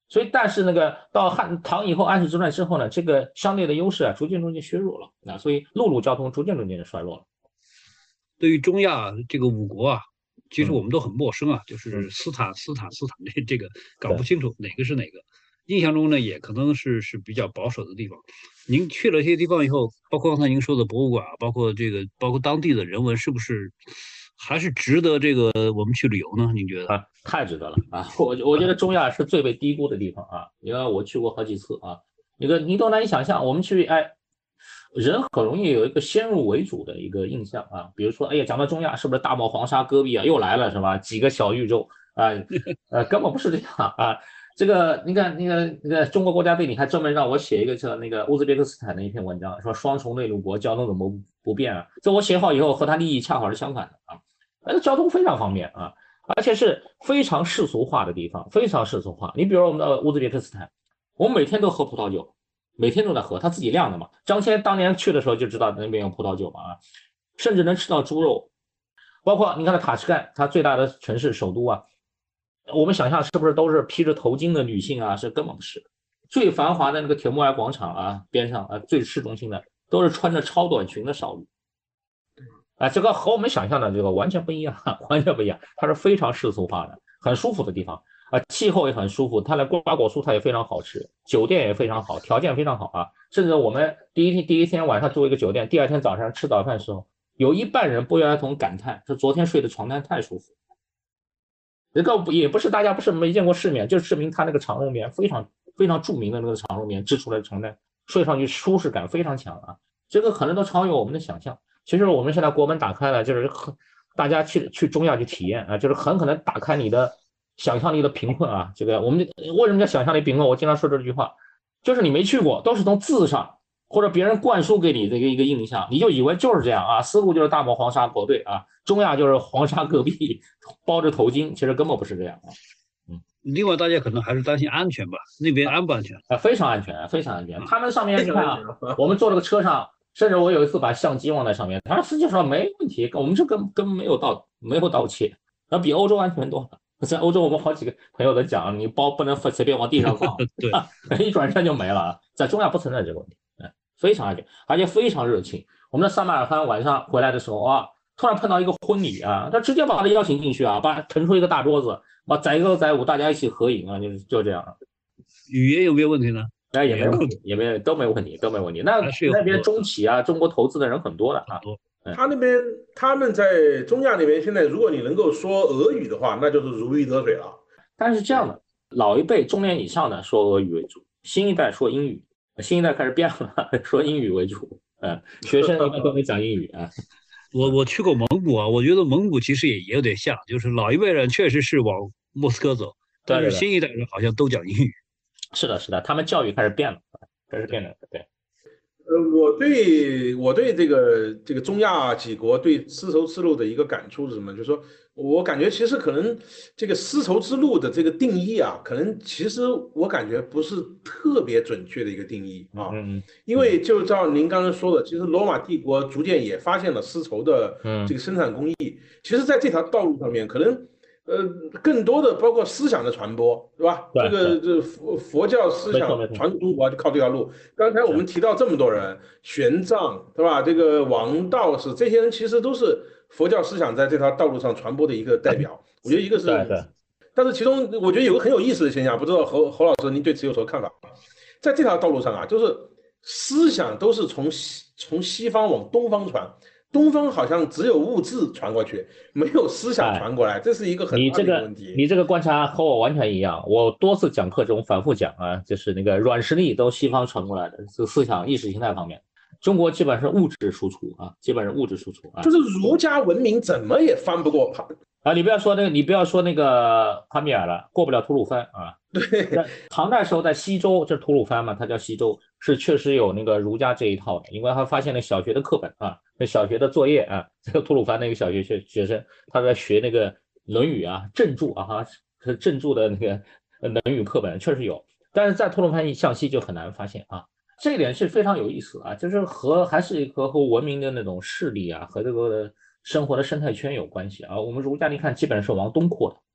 所以，但是那个到汉唐以后安史之乱之后呢，这个相对的优势啊，逐渐逐渐削弱了啊，所以陆路交通逐渐逐渐的衰落了。 对于中亚这个五国啊，其实嗯我们都很陌生啊，就是嗯， 斯坦、斯坦、斯坦这这个搞对， 不清楚哪个是哪个。印象中呢，也可能是是比较保守的地方。您去了这些地方以后，包括刚才您说的博物馆啊，包括这个，包括当地的人文，是不是还是值得这个我们去旅游呢？您觉得？ 啊，太值得了啊！我我觉得中亚是最被低估的地方啊，因为我去过好几次啊，一个你都难以想象，我们去哎，人很容易有一个先入为主的一个印象啊，比如说哎呀，讲到中亚是不是大漠黄沙戈壁啊又来了是吧？几个小宇宙啊，呃，根本不是这样啊。这个你看那个那个中国国家地理还专门让我写一个叫那个乌兹别克斯坦的一篇文章，说双重内陆国交通怎么不便啊？这我写好以后和他利益恰好是相反的啊，呃，交通非常方便啊。而且是非常世俗化的地方，非常世俗化。你比如我们的乌兹别克斯坦，我们每天都喝葡萄酒，每天都在喝，他自己酿的嘛。张骞当年去的时候就知道那边有葡萄酒嘛啊，甚至能吃到猪肉。包括你看塔什干，它最大的城市首都啊，我们想象是不是都是披着头巾的女性啊？是根本不是。最繁华的那个铁木尔广场啊，边上啊，最市中心的都是穿着超短裙的少女。啊，这个和我们想象的这个完全不一样，完全不一样。它是非常世俗化的，很舒服的地方啊，气候也很舒服，它的瓜果蔬菜也非常好吃，酒店也非常好，条件非常好啊。甚至我们第一天第一天晚上住一个酒店，第二天早上吃早饭的时候，有一半人不约而同感叹，说昨天睡的床单太舒服。这个也不是大家不是没见过世面，就证明它那个长绒棉非常非常著名的那个长绒棉织出来的床单，睡上去舒适感非常强啊。这个可能都超越我们的想象。其实我们现在国门打开了，就是很大家去去中亚去体验啊，就是很可能打开你的想象力的贫困啊。这个我们为什么叫想象力贫困？我经常说这句话，就是你没去过，都是从字上或者别人灌输给你的一个一个印象，你就以为就是这样啊，丝路就是大漠黄沙国对啊，中亚就是黄沙戈壁，包着头巾，其实根本不是这样啊。嗯， 另外，大家可能还是担心安全吧，那边安不安全？ 啊，非常安全，非常安全。 啊， 他们上面你看啊，我们坐这个车上。甚至我有一次把相机忘在上面，他说司机说没问题，我们这根根本没有盗没有盗窃，那比欧洲安全多了。在欧洲，我们好几个朋友都讲，你包不能随便往地上放， 对， 一转身就没了。在中亚不存在这个问题，非常安全，而且非常热情。我们在撒马尔罕晚上回来的时候啊，突然碰到一个婚礼啊，他直接把他邀请进去啊，把腾出一个大桌子，把载歌载舞，大家一起合影啊，就就这样。 语言有没有问题呢？ 那也没问题，也没都没问题，都没问题。那那边中企啊，中国投资的人很多的啊。 他那边他们在中亚那边，现在如果你能够说俄语的话，那就是如鱼得水了。 但是这样的，老一辈中年以上的说俄语为主，新一代说英语，新一代开始变了，说英语为主。嗯，学生一般都会讲英语啊。 我我去过蒙古啊，我觉得蒙古其实也也有点像，就是老一辈人确实是往莫斯科走，但是新一代人好像都讲英语。 是的，是的，他们教育开始变了，开始变了，对。 呃，我对我对这个这个中亚几国对丝绸之路的一个感触是什么？就是说我感觉其实可能这个丝绸之路的这个定义啊，可能其实我感觉不是特别准确的一个定义啊。 嗯， 因为就照您刚刚说的，其实罗马帝国逐渐也发现了丝绸的这个生产工艺。其实，在这条道路上面，可能。呃，更多的包括思想的传播，对吧？这个这佛佛教思想传入中国就靠这条路。刚才我们提到这么多人，玄奘，对吧？这个王道士，这些人其实都是佛教思想在这条道路上传播的一个代表。我觉得一个是，但是其中我觉得有个很有意思的现象，不知道侯侯老师您对此有什么看法？在这条道路上啊，就是思想都是从西从西方往东方传。东方好像只有物质传过去，没有思想传过来，这是一个很大的一个问题。 你这个观察和我完全一样，我多次讲课中反复讲啊，就是那个软实力都西方传过来的，这个思想意识形态方面，中国基本是物质输出啊，基本是物质输出啊。 就是儒家文明怎么也翻不过帕啊，你不要说那个，你不要说那个帕米尔了，过不了吐鲁番啊。 对， 唐代时候在西周，这吐鲁番嘛，它叫西周，是确实有那个儒家这一套的，因为他发现了小学的课本啊，那小学的作业啊，这个吐鲁番那个小学学学生他在学那个《论语》啊，正注啊，哈，正注的那个《论语》课本确实有，但是在吐鲁番向西就很难发现啊，这一点是非常有意思啊，就是和还是和和文明的那种势力啊，和这个生活的生态圈有关系啊。我们儒家你看基本是往东扩的啊，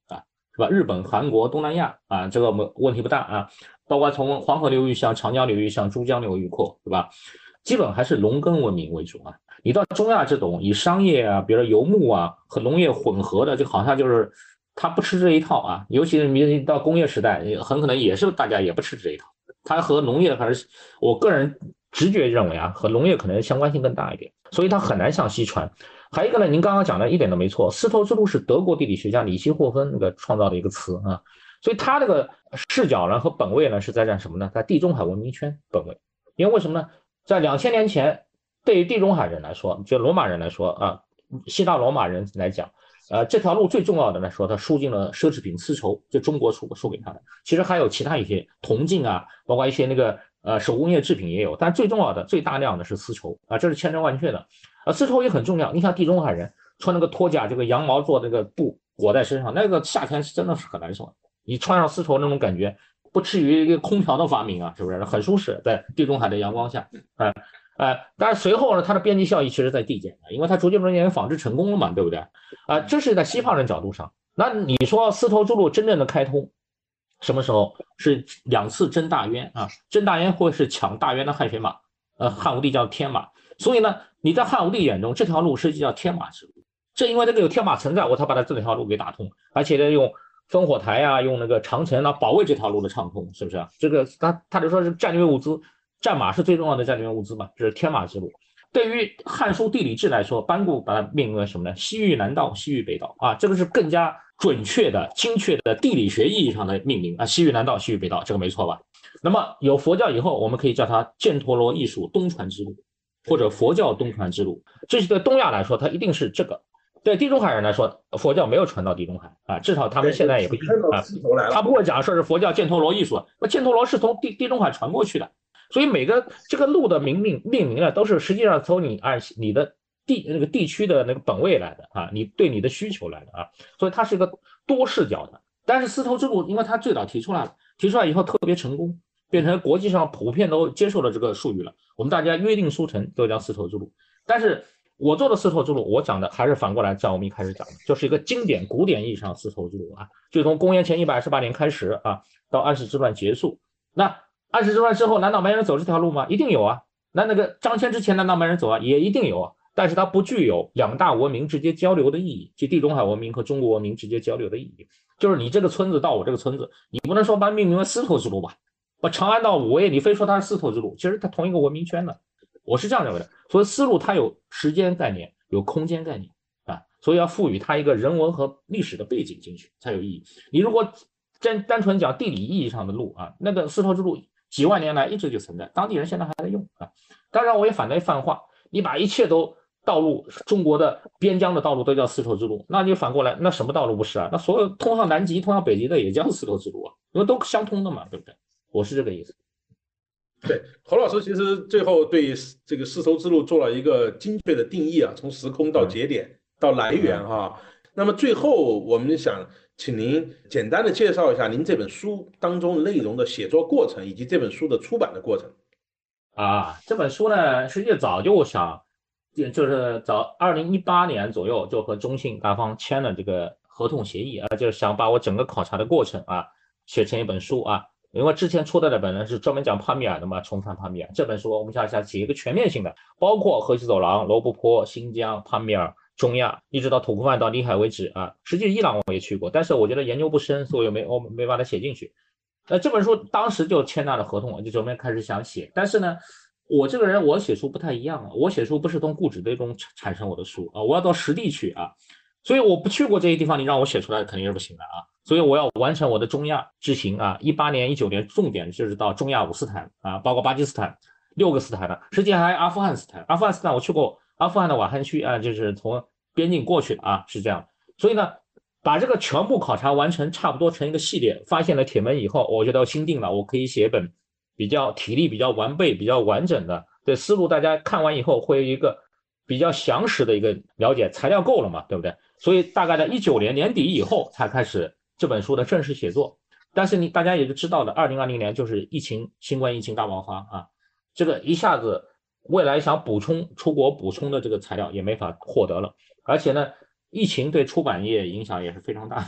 是吧？日本、韩国、东南亚啊，这个问题不大啊。包括从黄河流域向长江流域向珠江流域扩，对吧？基本还是农耕文明为主啊。你到中亚这种以商业啊，比如游牧啊和农业混合的，就好像就是他不吃这一套啊。尤其是你到工业时代，很可能也是大家也不吃这一套。它和农业还是我个人直觉认为啊，和农业可能相关性更大一点，所以它很难向西传。还有一个呢，您刚刚讲的一点都没错，丝绸之路是德国地理学家里希霍芬那个创造的一个词啊。所以他这个视角呢和本位呢是在占什么呢？在地中海文明圈本位。因为为什么呢？在两千年前，对于地中海人来说，就罗马人来说啊，希腊罗马人来讲，呃，这条路最重要的来说，它输进了奢侈品丝绸，就中国输输给他的。其实还有其他一些铜镜啊，包括一些那个呃手工业制品也有，但最重要的、最大量的是丝绸啊，这是千真万确的。啊，丝绸也很重要。你像地中海人穿那个脱甲，这个羊毛做那个布裹在身上，那个夏天是真的是很难受。你穿上丝绸那种感觉，不至于一个空调的发明啊，是不是很舒适？在地中海的阳光下，啊、呃、啊，但是随后呢，它的边际效益其实在递减，因为它逐渐逐渐纺织成功了嘛，对不对？啊、呃，这是在西方人角度上。那你说丝绸之路真正的开通什么时候？是两次征大渊啊，征大渊会是抢大渊的汗血马，呃，汉武帝叫天马，所以呢，你在汉武帝眼中这条路实际叫天马之路。正因为这个有天马存在，我才把它这条路给打通，而且呢用烽火台啊，用那个长城啊保卫这条路的畅通，是不是啊？这个他他就说是战略物资，战马是最重要的战略物资嘛，这是天马之路。对于《汉书地理志》来说，班固把它命名为什么呢？西域南道，西域北道啊，这个是更加准确的、精确的地理学意义上的命名啊。西域南道，西域北道，这个没错吧？那么有佛教以后，我们可以叫它犍陀罗艺术东传之路，或者佛教东传之路。这是对东亚来说，它一定是这个。对地中海人来说，佛教没有传到地中海啊，至少他们现在也不信啊。他不会讲说是佛教犍陀罗艺术，那犍陀罗是从地地中海传过去的，所以每个这个路的命名命名呢，都是实际上从你按你的地那个地区的那个本位来的啊，你对你的需求来的啊，所以它是一个多视角的。但是丝绸之路，因为它最早提出来了，提出来以后特别成功，变成国际上普遍都接受了这个术语了，我们大家约定俗成都叫丝绸之路。但是我做的丝绸之路，我讲的还是反过来，像我们一开始讲的，就是一个经典古典意义上的丝绸之路啊，就从公元前一百二十八年开始啊，到安史之乱结束。那安史之乱之后，难道没人走这条路吗？一定有啊。那那个张骞之前难道没人走啊？也一定有啊。但是它不具有两大文明直接交流的意义，即地中海文明和中国文明直接交流的意义。就是你这个村子到我这个村子，你不能说把它命名为丝绸之路吧？把长安到武威，你非说它是丝绸之路，其实它同一个文明圈的。我是这样认为的，所以丝路它有时间概念，有空间概念啊，所以要赋予它一个人文和历史的背景进去才有意义。你如果单单纯讲地理意义上的路啊，那个丝绸之路几万年来一直就存在，当地人现在还在用啊。当然，我也反对泛化，你把一切都道路，中国的边疆的道路都叫丝绸之路，那就反过来，那什么道路不是啊？那所有通向南极、通向北极的也叫丝绸之路啊，因为都相通的嘛，对不对？我是这个意思。 对，侯老师其实最后对这个丝绸之路做了一个精确的定义啊，从时空到节点到来源哈。那么最后我们想请您简单的介绍一下您这本书当中内容的写作过程，以及这本书的出版的过程。 啊，这本书呢，实际早就想，就是早二零一八年左右就和中信大方签了这个合同协议啊，就是想把我整个考察的过程啊写成一本书啊。因为之前出的那本呢是专门讲帕米尔的嘛，重返帕米尔。这本书我们想想写一个全面性的，包括河西走廊、罗布泊、新疆、帕米尔、中亚，一直到土库曼到里海为止啊。实际伊朗我也去过，但是我觉得研究不深，所以我没我没把它写进去。那这本书当时就签纳了合同，我就准备开始想写。但是呢，我这个人我写书不太一样啊，我写书不是从固执堆中产生我的书啊，我要到实地去啊。所以我不去过这些地方，你让我写出来肯定是不行的啊。所以我要完成我的中亚之行啊，一八年、一九年重点就是到中亚五斯坦啊，包括巴基斯坦六个斯坦的，实际还有阿富汗斯坦。阿富汗斯坦我去过，阿富汗的瓦罕区啊，就是从边境过去的啊，是这样。所以呢，把这个全部考察完成，差不多成一个系列。发现了铁门以后，我觉得心定了，我可以写一本比较体力比较完备、比较完整的，对思路大家看完以后会有一个比较详实的一个了解，材料够了嘛，对不对？所以大概在一九年年底以后才开始这本书的正式写作。但是你大家也就知道了，二零二零年就是疫情新冠疫情大爆发啊，这个一下子未来想补充出国补充的这个材料也没法获得了，而且呢，疫情对出版业影响也是非常大的。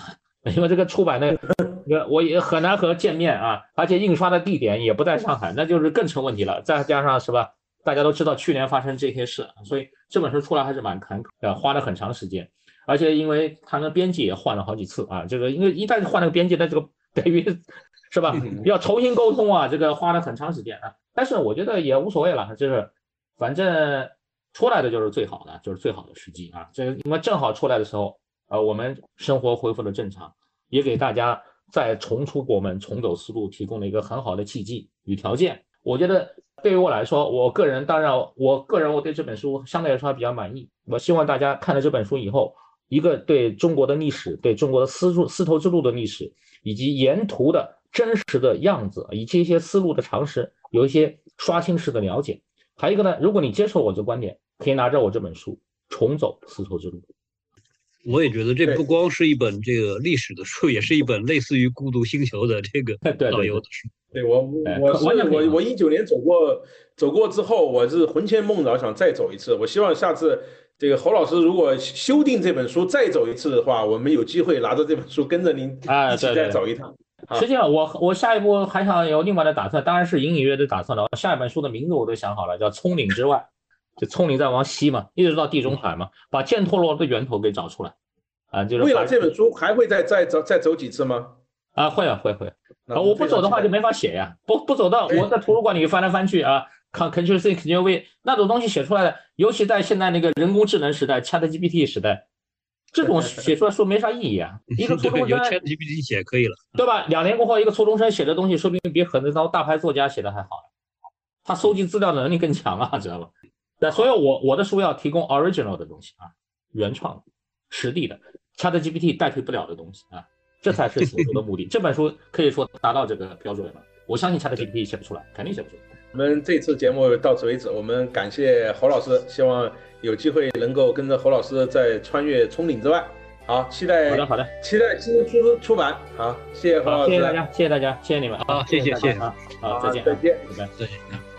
因为这个出版的，我也很难和见面啊，而且印刷的地点也不在上海，那就是更成问题了。再加上是吧，大家都知道去年发生这些事，所以这本书出来还是蛮坎坷的，花了很长时间。而且因为他的编辑也换了好几次啊，这个因为一旦换了个编辑，那这个等于是吧，要重新沟通啊，这个花了很长时间啊。但是我觉得也无所谓了，就是反正出来的就是最好的，就是最好的时机啊。这个因为正好出来的时候，呃，我们生活恢复了正常，也给大家在重出国门、重走思路提供了一个很好的契机与条件。我觉得对于我来说，我个人当然，我个人我对这本书相对来说还比较满意。我希望大家看了这本书以后，一个对中国的历史、对中国的丝路丝绸之路的历史，以及沿途的真实的样子，以及一些思路的常识，有一些刷新式的了解。还有一个呢，如果你接受我这观点，可以拿着我这本书重走丝绸之路。 我也觉得这不光是一本这个历史的书，也是一本类似于《孤独星球》的这个导游的书。 对, 对, 对, 对, 对, 对我我是我我一九年走过走过之后，我是魂牵梦绕想再走一次。我希望下次这个侯老师如果修订这本书再走一次的话，我们有机会拿着这本书跟着您一起再走一趟。 啊、实际上我我下一步还想有另外的打算，当然是隐隐约约的打算了。下一本书的名字我都想好了，叫《葱岭之外》。就葱岭再往西嘛，一直到地中海嘛，把犍陀罗的源头给找出来，啊，就是为了这本书还会再再走再走几次吗？ 啊，会啊，会会啊，我不走的话就没法写呀，不不走到我在图书馆里翻来翻去啊，看 Ctrl C Ctrl V 那种东西写出来的，尤其在现在那个人工智能时代 ，ChatGPT 时代，这种写出来书没啥意义啊。一个初中生 ChatGPT 写可以了， 对吧？两年过后，一个初中生写的东西，说不定比很多大牌作家写的还好，他收集资料的能力更强啊，知道吧？那所以我我的书要提供 original 的东西啊，原创实地的 ChatGPT 代替不了的东西啊，这才是写书的目的。这本书可以说达到这个标准了，我相信 ChatGPT 写不出来，肯定写不出来。 我们这次节目到此为止，我们感谢侯老师，希望有机会能够跟着侯老师再穿越葱岭之外。好，期待好的好的， 期待新书出版。好，谢谢侯老师， 谢谢大家，谢谢大家，谢谢你们。 好，谢谢谢谢啊，好，再见， 再见， 拜拜， 再见。